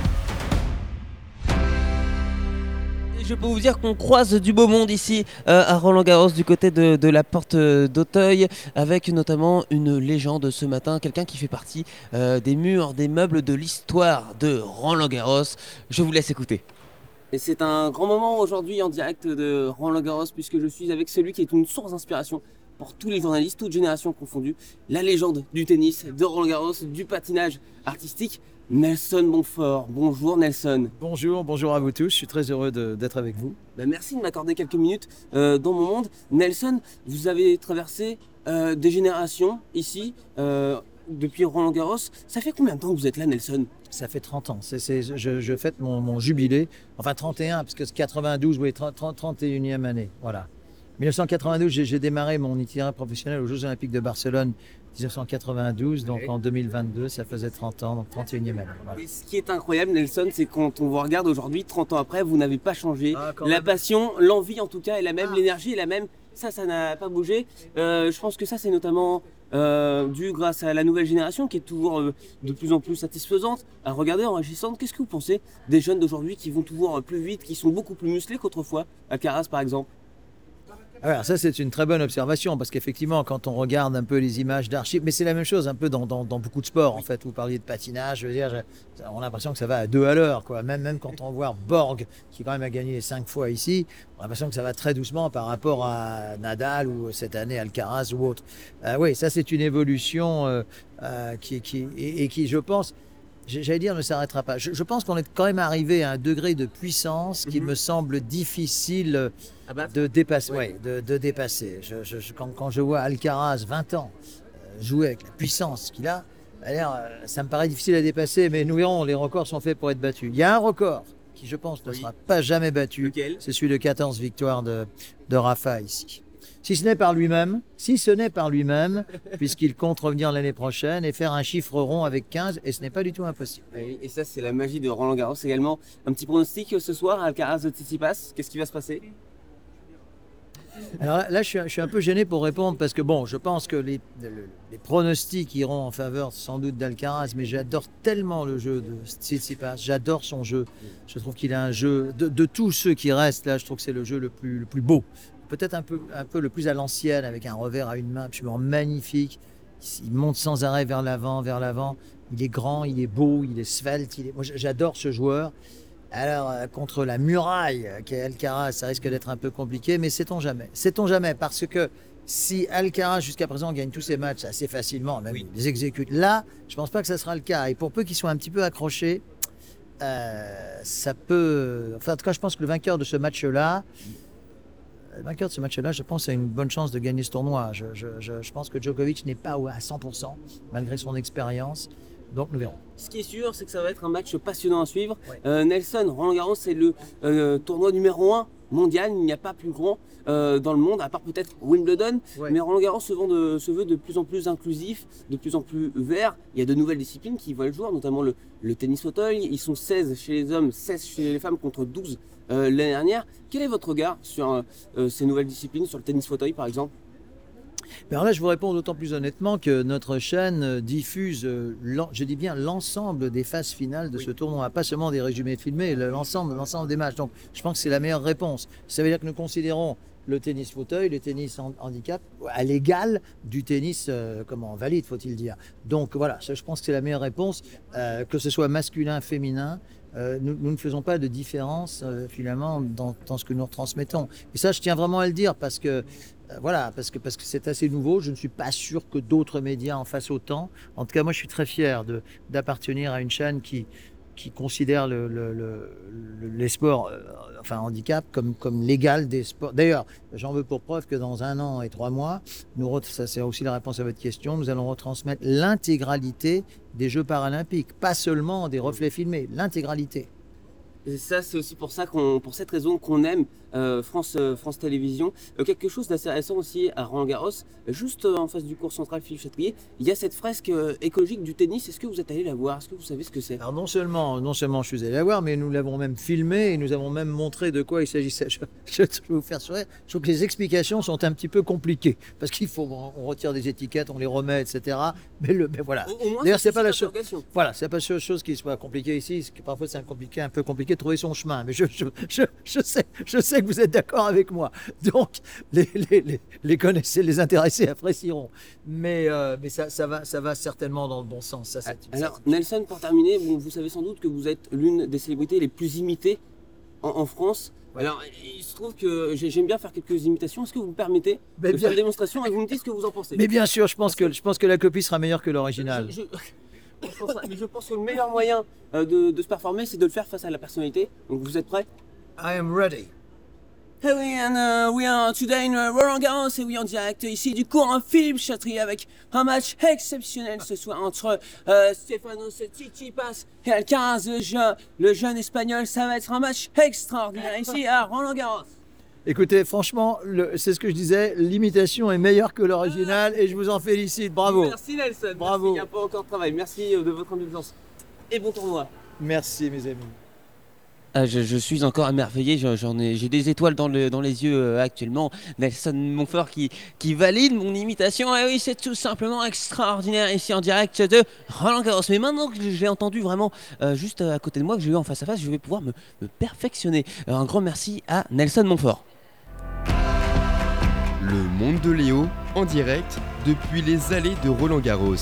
Je peux vous dire qu'on croise du beau monde ici euh, à Roland-Garros du côté de, de la porte euh, d'Auteuil, avec notamment une légende ce matin, quelqu'un qui fait partie euh, des murs, des meubles de l'histoire de Roland-Garros. Je vous laisse écouter. Et c'est un grand moment aujourd'hui en direct de Roland-Garros, puisque je suis avec celui qui est une source d'inspiration pour tous les journalistes, toutes générations confondues, la légende du tennis, de Roland-Garros, du patinage artistique, Nelson Montfort. Bonjour Nelson. Bonjour, bonjour à vous tous, je suis très heureux de- d'être avec vous. Ben, merci de m'accorder quelques minutes euh, dans mon monde. Nelson, vous avez traversé euh, des générations ici, euh, depuis Roland-Garros. Ça fait combien de temps que vous êtes là, Nelson? Ça fait trente ans, c'est, c'est, je, je fête mon, mon jubilé, enfin trente et un, parce que c'est quatre-vingt-douze, oui, trente, trente, trente et unième année, voilà. dix-neuf cent quatre-vingt-douze, j'ai, j'ai démarré mon itinéraire professionnel aux Jeux Olympiques de Barcelone dix-neuf cent quatre-vingt-douze, donc en deux mille vingt-deux, ça faisait trente ans, donc trente et unième année. Voilà. Et ce qui est incroyable, Nelson, c'est quand on vous regarde aujourd'hui, trente ans après, vous n'avez pas changé. Ah, quand la même. passion, l'envie en tout cas est la même, l'énergie est la même. Ça, ça n'a pas bougé. Euh, je pense que ça, c'est notamment euh, dû grâce à la nouvelle génération qui est toujours euh, de plus en plus satisfaisante à regarder, enrichissante. Qu'est-ce que vous pensez des jeunes d'aujourd'hui qui vont toujours euh, plus vite, qui sont beaucoup plus musclés qu'autrefois, Alcaraz par exemple? Alors ça, c'est une très bonne observation, parce qu'effectivement, quand on regarde un peu les images d'archives, mais c'est la même chose un peu dans, dans, dans beaucoup de sports, en fait. Vous parliez de patinage, je veux dire, je- on a l'impression que ça va à deux à l'heure, quoi. Même, même quand on voit Borg, qui quand même a gagné cinq fois ici, on a l'impression que ça va très doucement par rapport à Nadal ou cette année Alcaraz ou autre. Euh, oui, ça, c'est une évolution euh, euh, qui, qui, et, et qui, je pense, j'allais dire, ne s'arrêtera pas. Je, je pense qu'on est quand même arrivé à un degré de puissance qui me semble difficile de dépasser. Ouais, de, de dépasser. Je, je- je- quand, quand je vois Alcaraz, vingt ans, euh, jouer avec la puissance qu'il a, alors, euh, ça me paraît difficile à dépasser, mais nous verrons, les records sont faits pour être battus. Il y a un record qui, je pense, ne sera pas jamais battu. C'est celui de quatorze victoires de, de Rafa ici. Si ce n'est par lui-même, si ce n'est par lui-même, puisqu'il compte revenir l'année prochaine et faire un chiffre rond avec quinze, et ce n'est pas du tout impossible. Et, et ça, c'est la magie de Roland Garros également. Un petit pronostic ce soir, Alcaraz Tsitsipas, qu'est-ce qui va se passer? Alors là, là, je, suis, je suis un peu gêné pour répondre parce que bon, je pense que les, le- les pronostics iront en faveur sans doute d'Alcaraz, mais j'adore tellement le jeu de Tsitsipas, j'adore son jeu. Je trouve qu'il a un jeu, de, de tous ceux qui restent là, je trouve que c'est le jeu le plus, le plus beau. Peut-être un peu, un peu le plus à l'ancienne, avec un revers à une main absolument magnifique. Il monte sans arrêt vers l'avant, vers l'avant. Il est grand, il est beau, il est svelte. Il est... Moi, j'adore ce joueur. Alors, euh, contre la muraille euh, qui est Alcaraz, ça risque d'être un peu compliqué, mais sait-on jamais. Sait-on jamais, parce que si Alcaraz, jusqu'à présent, gagne tous ses matchs assez facilement, même il les exécute, là, je ne pense pas que ça sera le cas. Et pour peu qu'il soit un petit peu accroché, euh, ça peut... Enfin, en tout cas, je pense que le vainqueur de ce match-là, le vainqueur de ce match-là, je pense, a une bonne chance de gagner ce tournoi. Je, je, je, je pense que Djokovic n'est pas à cent pour cent, malgré son expérience. Donc, nous verrons. Ce qui est sûr, c'est que ça va être un match passionnant à suivre. Ouais. Euh, Nelson, Roland Garros, c'est le euh, tournoi numéro un mondial. Il n'y a pas plus grand euh, dans le monde, à part peut-être Wimbledon. Ouais. Mais Roland Garros se, de, se veut de plus en plus inclusif, de plus en plus vert. Il y a de nouvelles disciplines qui voient le jour, notamment le, le tennis fauteuil. Ils sont seize chez les hommes, seize chez les femmes contre douze euh, l'année dernière. Quel est votre regard sur euh, ces nouvelles disciplines, sur le tennis fauteuil par exemple ? Alors là, je vous réponds d'autant plus honnêtement que notre chaîne diffuse, je dis bien l'ensemble des phases finales de oui. ce tournoi, pas seulement des résumés filmés, l'ensemble, l'ensemble des matchs. Donc, je pense que c'est la meilleure réponse. Ça veut dire que nous considérons le tennis fauteuil, le tennis handicap à l'égal du tennis euh, comment valide, faut-il dire. Donc voilà, ça, je pense que c'est la meilleure réponse, euh, que ce soit masculin, féminin. Euh, nous, nous ne faisons pas de différence euh, finalement dans, dans ce que nous retransmettons. Et ça, je tiens vraiment à le dire parce que euh, voilà, parce que parce que c'est assez nouveau. Je ne suis pas sûr que d'autres médias en fassent autant. En tout cas, moi, je suis très fier de d'appartenir à une chaîne qui qui considère le, le, le, les sports, euh, enfin handicap, comme, comme l'égal des sports. D'ailleurs, j'en veux pour preuve que dans un an et trois mois, nous, ça c'est aussi la réponse à votre question, nous allons retransmettre l'intégralité des Jeux paralympiques, pas seulement des reflets filmés, l'intégralité. Et ça, c'est aussi pour ça qu'on, pour cette raison qu'on aime euh, France, euh, France Télévisions. Euh, quelque chose d'assez récent aussi à Roland Garros, juste euh, en face du cours central Philippe Chatrier, il y a cette fresque euh, écologique du tennis. Est-ce que vous êtes allé la voir ? Est-ce que vous savez ce que c'est ? Alors non seulement, non seulement je suis allé la voir, mais nous l'avons même filmé et nous avons même montré de quoi il s'agissait. Je, je, je vais vous faire sourire. Je trouve que les explications sont un petit peu compliquées parce qu'il faut, on retire des étiquettes, on les remet, et cetera. Mais, le, mais voilà. Au, au moins, D'ailleurs, c'est, c'est pas la chose. Voilà, c'est pas la chose qui soit compliquée ici. Parfois, c'est un, compliqué, un peu compliqué de trouver son chemin. Mais je, je, je, je sais, je sais que vous êtes d'accord avec moi. Donc, les, les, les, les connaissez, les intéressés apprécieront. Mais, euh, mais ça, ça, va, ça va certainement dans le bon sens. Ça, c'est, Alors, ça, Nelson, pour terminer, bon, vous savez sans doute que vous êtes l'une des célébrités les plus imitées en, en France. Ouais. Alors, il se trouve que j'aime bien faire quelques imitations. Est-ce que vous me permettez mais de bien... faire une démonstration et vous me dites ce que vous en pensez ? Mais bien sûr, je pense, que, que, je pense que la copie sera meilleure que l'original. Je, je... Je pense, mais je pense que le meilleur moyen euh, de, de se performer, c'est de le faire face à la personnalité. Donc vous êtes prêts ? I am ready. Hey oui, and uh, we are today in uh, Roland Garros et oui en direct ici du cours hein, Philippe Chatrier avec un match exceptionnel ce soir entre euh, Stefanos Tsitsipas et Alcaraz, le, je, le jeune espagnol. Ça va être un match extraordinaire ici à Roland Garros. Écoutez, franchement, le, c'est ce que je disais, l'imitation est meilleure que l'original et je vous en félicite, bravo. Merci Nelson, bravo. Merci, il n'y a pas encore de travail, merci de votre indulgence et bon tournoi. Merci mes amis. Ah, je, je suis encore émerveillé, j'en ai, j'ai des étoiles dans, le, dans les yeux euh, actuellement. Nelson Montfort qui, qui valide mon imitation. Et oui, c'est tout simplement extraordinaire ici en direct de Roland Garros. Mais maintenant que je l'ai entendu vraiment euh, juste à côté de moi, que j'ai eu en face à face, je vais pouvoir me, me perfectionner. Alors, un grand merci à Nelson Montfort. Le monde de Léo en direct depuis les allées de Roland Garros.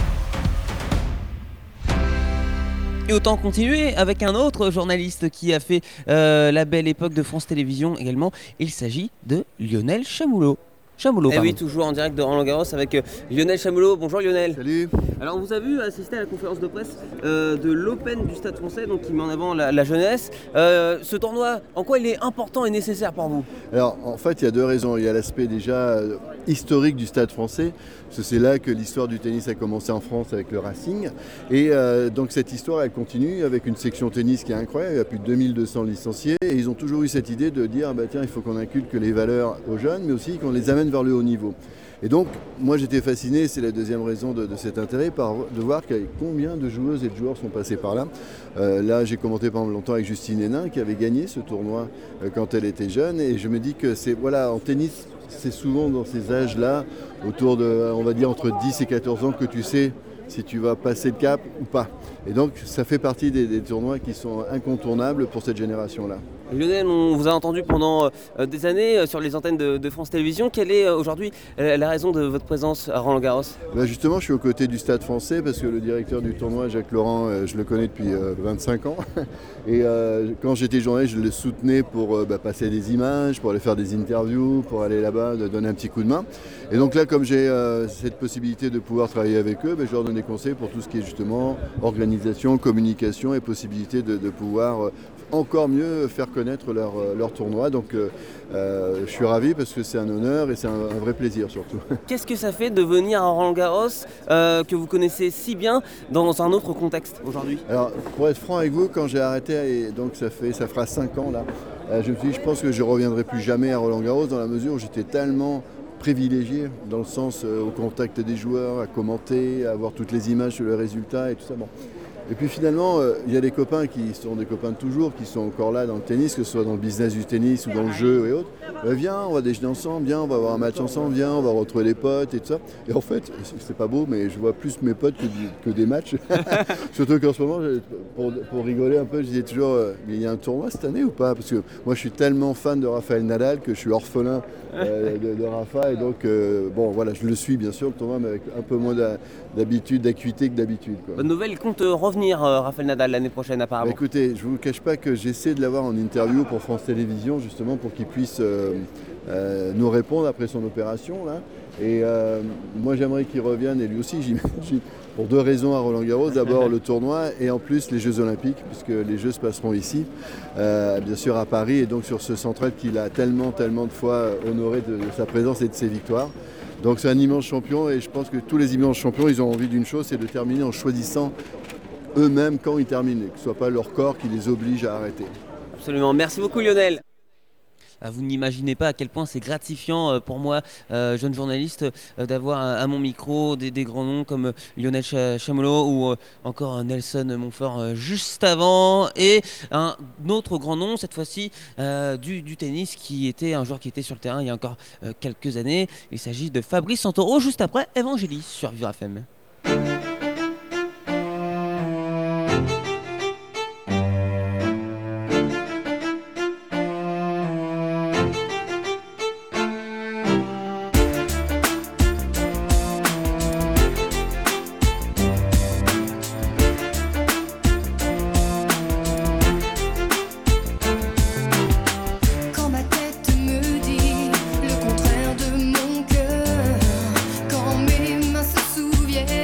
Et autant continuer avec un autre journaliste qui a fait euh, la belle époque de France Télévisions également. Il s'agit de Lionel Chamoulot. Chamoulot, pardon. Et oui, toujours en direct de Roland Garros avec euh, Lionel Chamoulot. Bonjour Lionel. Salut. Alors on vous a vu assister à la conférence de presse euh, de l'Open du Stade Français, donc qui met en avant la, la jeunesse. Euh, ce tournoi, en quoi il est important et nécessaire pour vous ? Alors en fait, il y a deux raisons. Il y a l'aspect déjà euh, historique du Stade Français, parce que c'est là que l'histoire du tennis a commencé en France avec le Racing. Et euh, donc cette histoire, elle continue avec une section tennis qui est incroyable. Il y a plus de deux mille deux cents licenciés et ils ont toujours eu cette idée de dire bah, tiens, il faut qu'on inculque les valeurs aux jeunes, mais aussi qu'on les amène vers le haut niveau. Et donc, moi j'étais fasciné, c'est la deuxième raison de, de cet intérêt, par, de voir combien de joueuses et de joueurs sont passés par là. Euh, là, j'ai commenté pendant longtemps avec Justine Hénin, qui avait gagné ce tournoi euh, quand elle était jeune, et je me dis que c'est, voilà, en tennis, c'est souvent dans ces âges-là, autour de, on va dire, entre dix et quatorze ans, que tu sais si tu vas passer le cap ou pas. Et donc, ça fait partie des, des tournois qui sont incontournables pour cette génération-là. Lionel, on vous a entendu pendant euh, des années euh, sur les antennes de, de France Télévisions. Quelle est euh, aujourd'hui euh, la raison de votre présence à Roland-Garros ? Bah justement, je suis aux côtés du Stade français parce que le directeur du tournoi, Jacques Laurent, euh, je le connais depuis euh, vingt-cinq ans. Et euh, quand j'étais journaliste, je le soutenais pour euh, bah, passer des images, pour aller faire des interviews, pour aller là-bas, de donner un petit coup de main. Et donc là, comme j'ai euh, cette possibilité de pouvoir travailler avec eux, bah, je leur donne des conseils pour tout ce qui est justement organisation, communication et possibilité de, de pouvoir euh, encore mieux faire connaître leur, leur tournoi. Donc euh, euh, je suis ravi parce que c'est un honneur et c'est un, un vrai plaisir surtout. Qu'est-ce que ça fait de venir à Roland-Garros euh, que vous connaissez si bien dans un autre contexte aujourd'hui ? Alors pour être franc avec vous, quand j'ai arrêté, et donc ça, fait, ça fera cinq ans là, euh, je me suis dit je pense que je ne reviendrai plus jamais à Roland-Garros dans la mesure où j'étais tellement privilégié dans le sens euh, au contact des joueurs, à commenter, à avoir toutes les images sur les résultats et tout ça. Bon. Et puis finalement, euh, il y a des copains qui sont des copains de toujours, qui sont encore là dans le tennis, que ce soit dans le business du tennis ou dans le jeu et autres. Euh, viens, on va déjeuner ensemble, viens, on va avoir un match ensemble, viens, on va retrouver les potes et tout ça. Et en fait, c'est pas beau, mais je vois plus mes potes que, du, que des matchs. Surtout qu'en ce moment, pour, pour rigoler un peu, je disais toujours, euh, mais il y a un tournoi cette année ou pas ? Parce que moi, je suis tellement fan de Rafael Nadal que je suis orphelin euh, de, de Rafa. Et donc, euh, bon, voilà, je le suis bien sûr, le tournoi, mais avec un peu moins d'habitude, d'acuité que d'habitude. Bonne nouvelle, il compte revenir. Euh, Rafael Nadal l'année prochaine apparemment. Bah écoutez, je ne vous cache pas que j'essaie de l'avoir en interview pour France Télévisions justement pour qu'il puisse euh, euh, nous répondre après son opération là. Et euh, moi j'aimerais qu'il revienne et lui aussi j'imagine pour deux raisons à Roland-Garros. D'abord le tournoi et en plus les Jeux Olympiques puisque les Jeux se passeront ici, euh, bien sûr à Paris et donc sur ce central qu'il a tellement tellement de fois honoré de, de sa présence et de ses victoires. Donc c'est un immense champion et je pense que tous les immenses champions ils ont envie d'une chose, c'est de terminer en choisissant eux-mêmes quand ils terminent, que ce ne soit pas leur corps qui les oblige à arrêter. Absolument, merci beaucoup Lionel. Vous n'imaginez pas à quel point c'est gratifiant pour moi, euh, jeune journaliste, euh, d'avoir à, à mon micro des, des grands noms comme Lionel Chamelot ou euh, encore Nelson Montfort euh, juste avant et un autre grand nom cette fois-ci euh, du, du tennis qui était un joueur qui était sur le terrain il y a encore euh, quelques années. Il s'agit de Fabrice Santoro juste après Evangélis sur Vivre F M. Quand mes mains se souviennent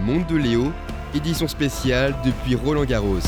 monde de Léo, édition spéciale depuis Roland-Garros.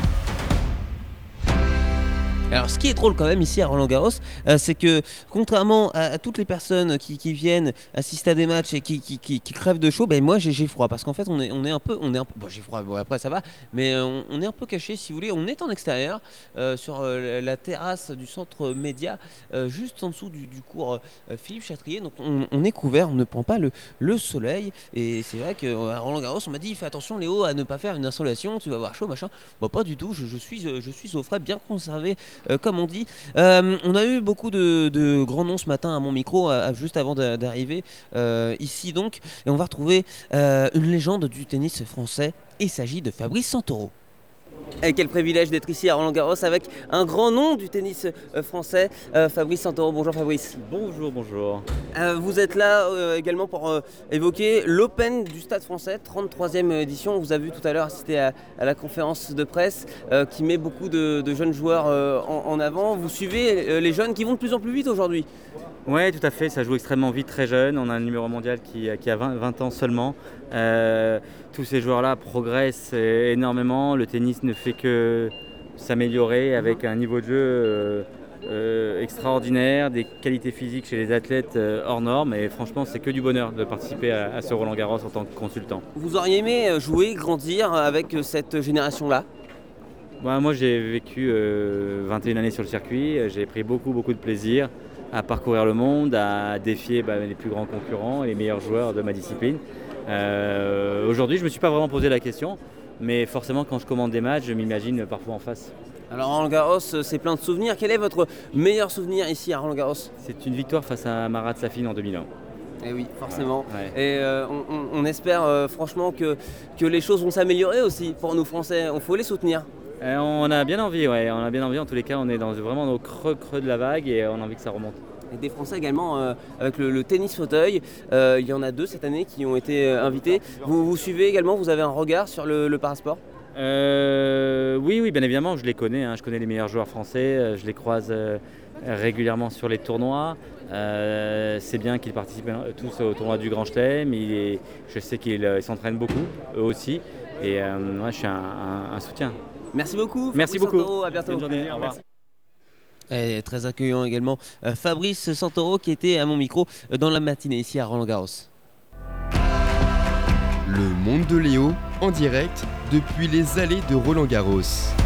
Alors ce qui est drôle quand même ici à Roland-Garros, euh, c'est que contrairement à, à toutes les personnes qui, qui viennent assister à des matchs et qui, qui, qui, qui crèvent de chaud, ben moi j'ai, j'ai froid parce qu'en fait on est, on est un peu, on est un peu, bon j'ai froid, bon après ça va, mais euh, on, on est un peu caché si vous voulez, on est en extérieur euh, sur euh, la terrasse du centre média, euh, juste en dessous du, du cours euh, Philippe Chatrier, donc on, on est couvert, on ne prend pas le, le soleil et c'est vrai qu'à Roland-Garros on m'a dit fais attention Léo à ne pas faire une insolation, tu vas avoir chaud machin, bon pas du tout, je, je, suis, je suis au frais, bien conservé. Euh, comme on dit. Euh, on a eu beaucoup de, de grands noms ce matin à mon micro, à, à, juste avant de, d'arriver euh, ici donc, et on va retrouver euh, une légende du tennis français. Il s'agit de Fabrice Santoro. Et quel privilège d'être ici à Roland-Garros avec un grand nom du tennis euh, français, euh, Fabrice Santoro. Bonjour Fabrice. Bonjour, bonjour. Euh, vous êtes là euh, également pour euh, évoquer l'Open du Stade français, trente-troisième édition. On vous a vu tout à l'heure assister à, à la conférence de presse euh, qui met beaucoup de, de jeunes joueurs euh, en, en avant. Vous suivez euh, les jeunes qui vont de plus en plus vite aujourd'hui. Oui, tout à fait, ça joue extrêmement vite, très jeune. On a un numéro mondial qui, qui a vingt, vingt ans seulement. Euh, tous ces joueurs-là progressent énormément. Le tennis ne fait que s'améliorer avec un niveau de jeu euh, euh, extraordinaire, des qualités physiques chez les athlètes euh, hors normes. Et franchement, c'est que du bonheur de participer à, à ce Roland-Garros en tant que consultant. Vous auriez aimé jouer, grandir avec cette génération-là ? Bah, moi, j'ai vécu euh, vingt et une années sur le circuit. J'ai pris beaucoup, beaucoup de plaisir à parcourir le monde, à défier bah, les plus grands concurrents et les meilleurs joueurs de ma discipline. Euh, aujourd'hui, je ne me suis pas vraiment posé la question, mais forcément, quand je commande des matchs, je m'imagine parfois en face. Alors Roland-Garros, c'est plein de souvenirs. Quel est votre meilleur souvenir ici à Roland-Garros ? C'est une victoire face à Marat Safin en deux mille un. Eh oui, forcément. Ouais. Et euh, on, on, on espère euh, franchement que, que les choses vont s'améliorer aussi pour nous Français. Il faut les soutenir. Euh, on a bien envie, ouais. On a bien envie. En tous les cas, on est dans, vraiment dans le creux, creux de la vague et on a envie que ça remonte. Et des Français également euh, avec le, le tennis fauteuil. Euh, il y en a deux cette année qui ont été euh, invités. Vous vous suivez également, vous avez un regard sur le, le parasport ? euh, Oui, oui, bien évidemment, je les connais. Hein. Je connais les meilleurs joueurs français. Je les croise euh, régulièrement sur les tournois. Euh, c'est bien qu'ils participent tous au tournoi du Grand Chelem. Il est, je sais qu'ils euh, s'entraînent beaucoup, eux aussi. Et euh, moi, je suis un, un, un soutien. Merci beaucoup. Merci beaucoup. Santoro, à bientôt. Bonne journée. Au revoir. Et très accueillant également euh, Fabrice Santoro qui était à mon micro euh, dans la matinée ici à Roland-Garros. Le monde de Léo en direct depuis les allées de Roland-Garros.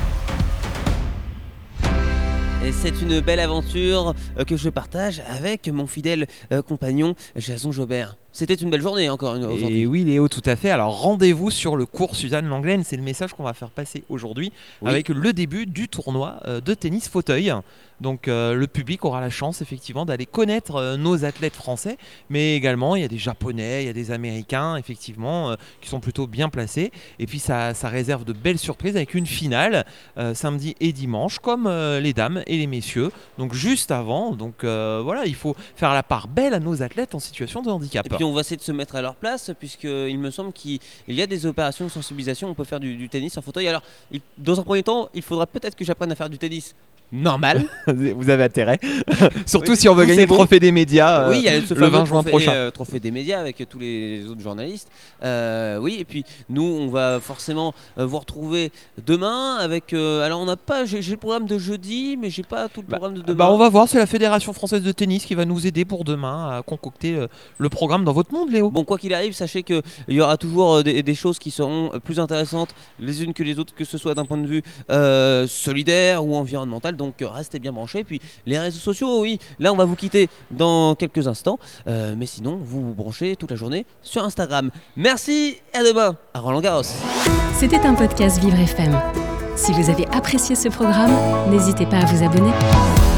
Et c'est une belle aventure euh, que je partage avec mon fidèle euh, compagnon Jason Jobert. C'était une belle journée encore une aujourd'hui. Et oui Léo, tout à fait. Alors rendez-vous sur le cours Suzanne Lenglen, c'est le message qu'on va faire passer aujourd'hui oui. avec le début du tournoi euh, de tennis fauteuil. Donc euh, le public aura la chance effectivement d'aller connaître euh, nos athlètes français, mais également il y a des Japonais, il y a des Américains effectivement euh, qui sont plutôt bien placés. Et puis ça, ça réserve de belles surprises avec une finale euh, samedi et dimanche comme euh, les dames et les messieurs. Donc juste avant, donc euh, voilà, il faut faire la part belle à nos athlètes en situation de handicap. Et puis on va essayer de se mettre à leur place puisqu'il me semble qu'il y a des opérations de sensibilisation, on peut faire du, du tennis en fauteuil. Alors il, dans un premier temps, il faudra peut-être que j'apprenne à faire du tennis normal. Vous avez intérêt. Surtout oui, si on veut gagner le trophée bon. des médias euh, oui, il y a ce le vingt juin trophée, prochain. Euh, trophée des médias avec tous les autres journalistes. Euh, oui, et puis nous, on va forcément euh, vous retrouver demain avec. Euh, alors, on n'a pas. J'ai, j'ai le programme de jeudi, mais j'ai pas tout le bah, programme de demain. Bah, on va voir. C'est la Fédération française de tennis qui va nous aider pour demain à concocter euh, le programme dans votre monde, Léo. Bon, quoi qu'il arrive, sachez qu'il y aura toujours euh, des, des choses qui seront plus intéressantes les unes que les autres, que ce soit d'un point de vue euh, solidaire ou environnemental. Donc, euh, restez bien branchés. Puis les réseaux sociaux, oui. Là, on va vous quitter dans quelques instants. Euh, mais sinon, vous vous branchez toute la journée sur Instagram. Merci et à demain à Roland-Garros. C'était un podcast Vivre F M. Si vous avez apprécié ce programme, n'hésitez pas à vous abonner.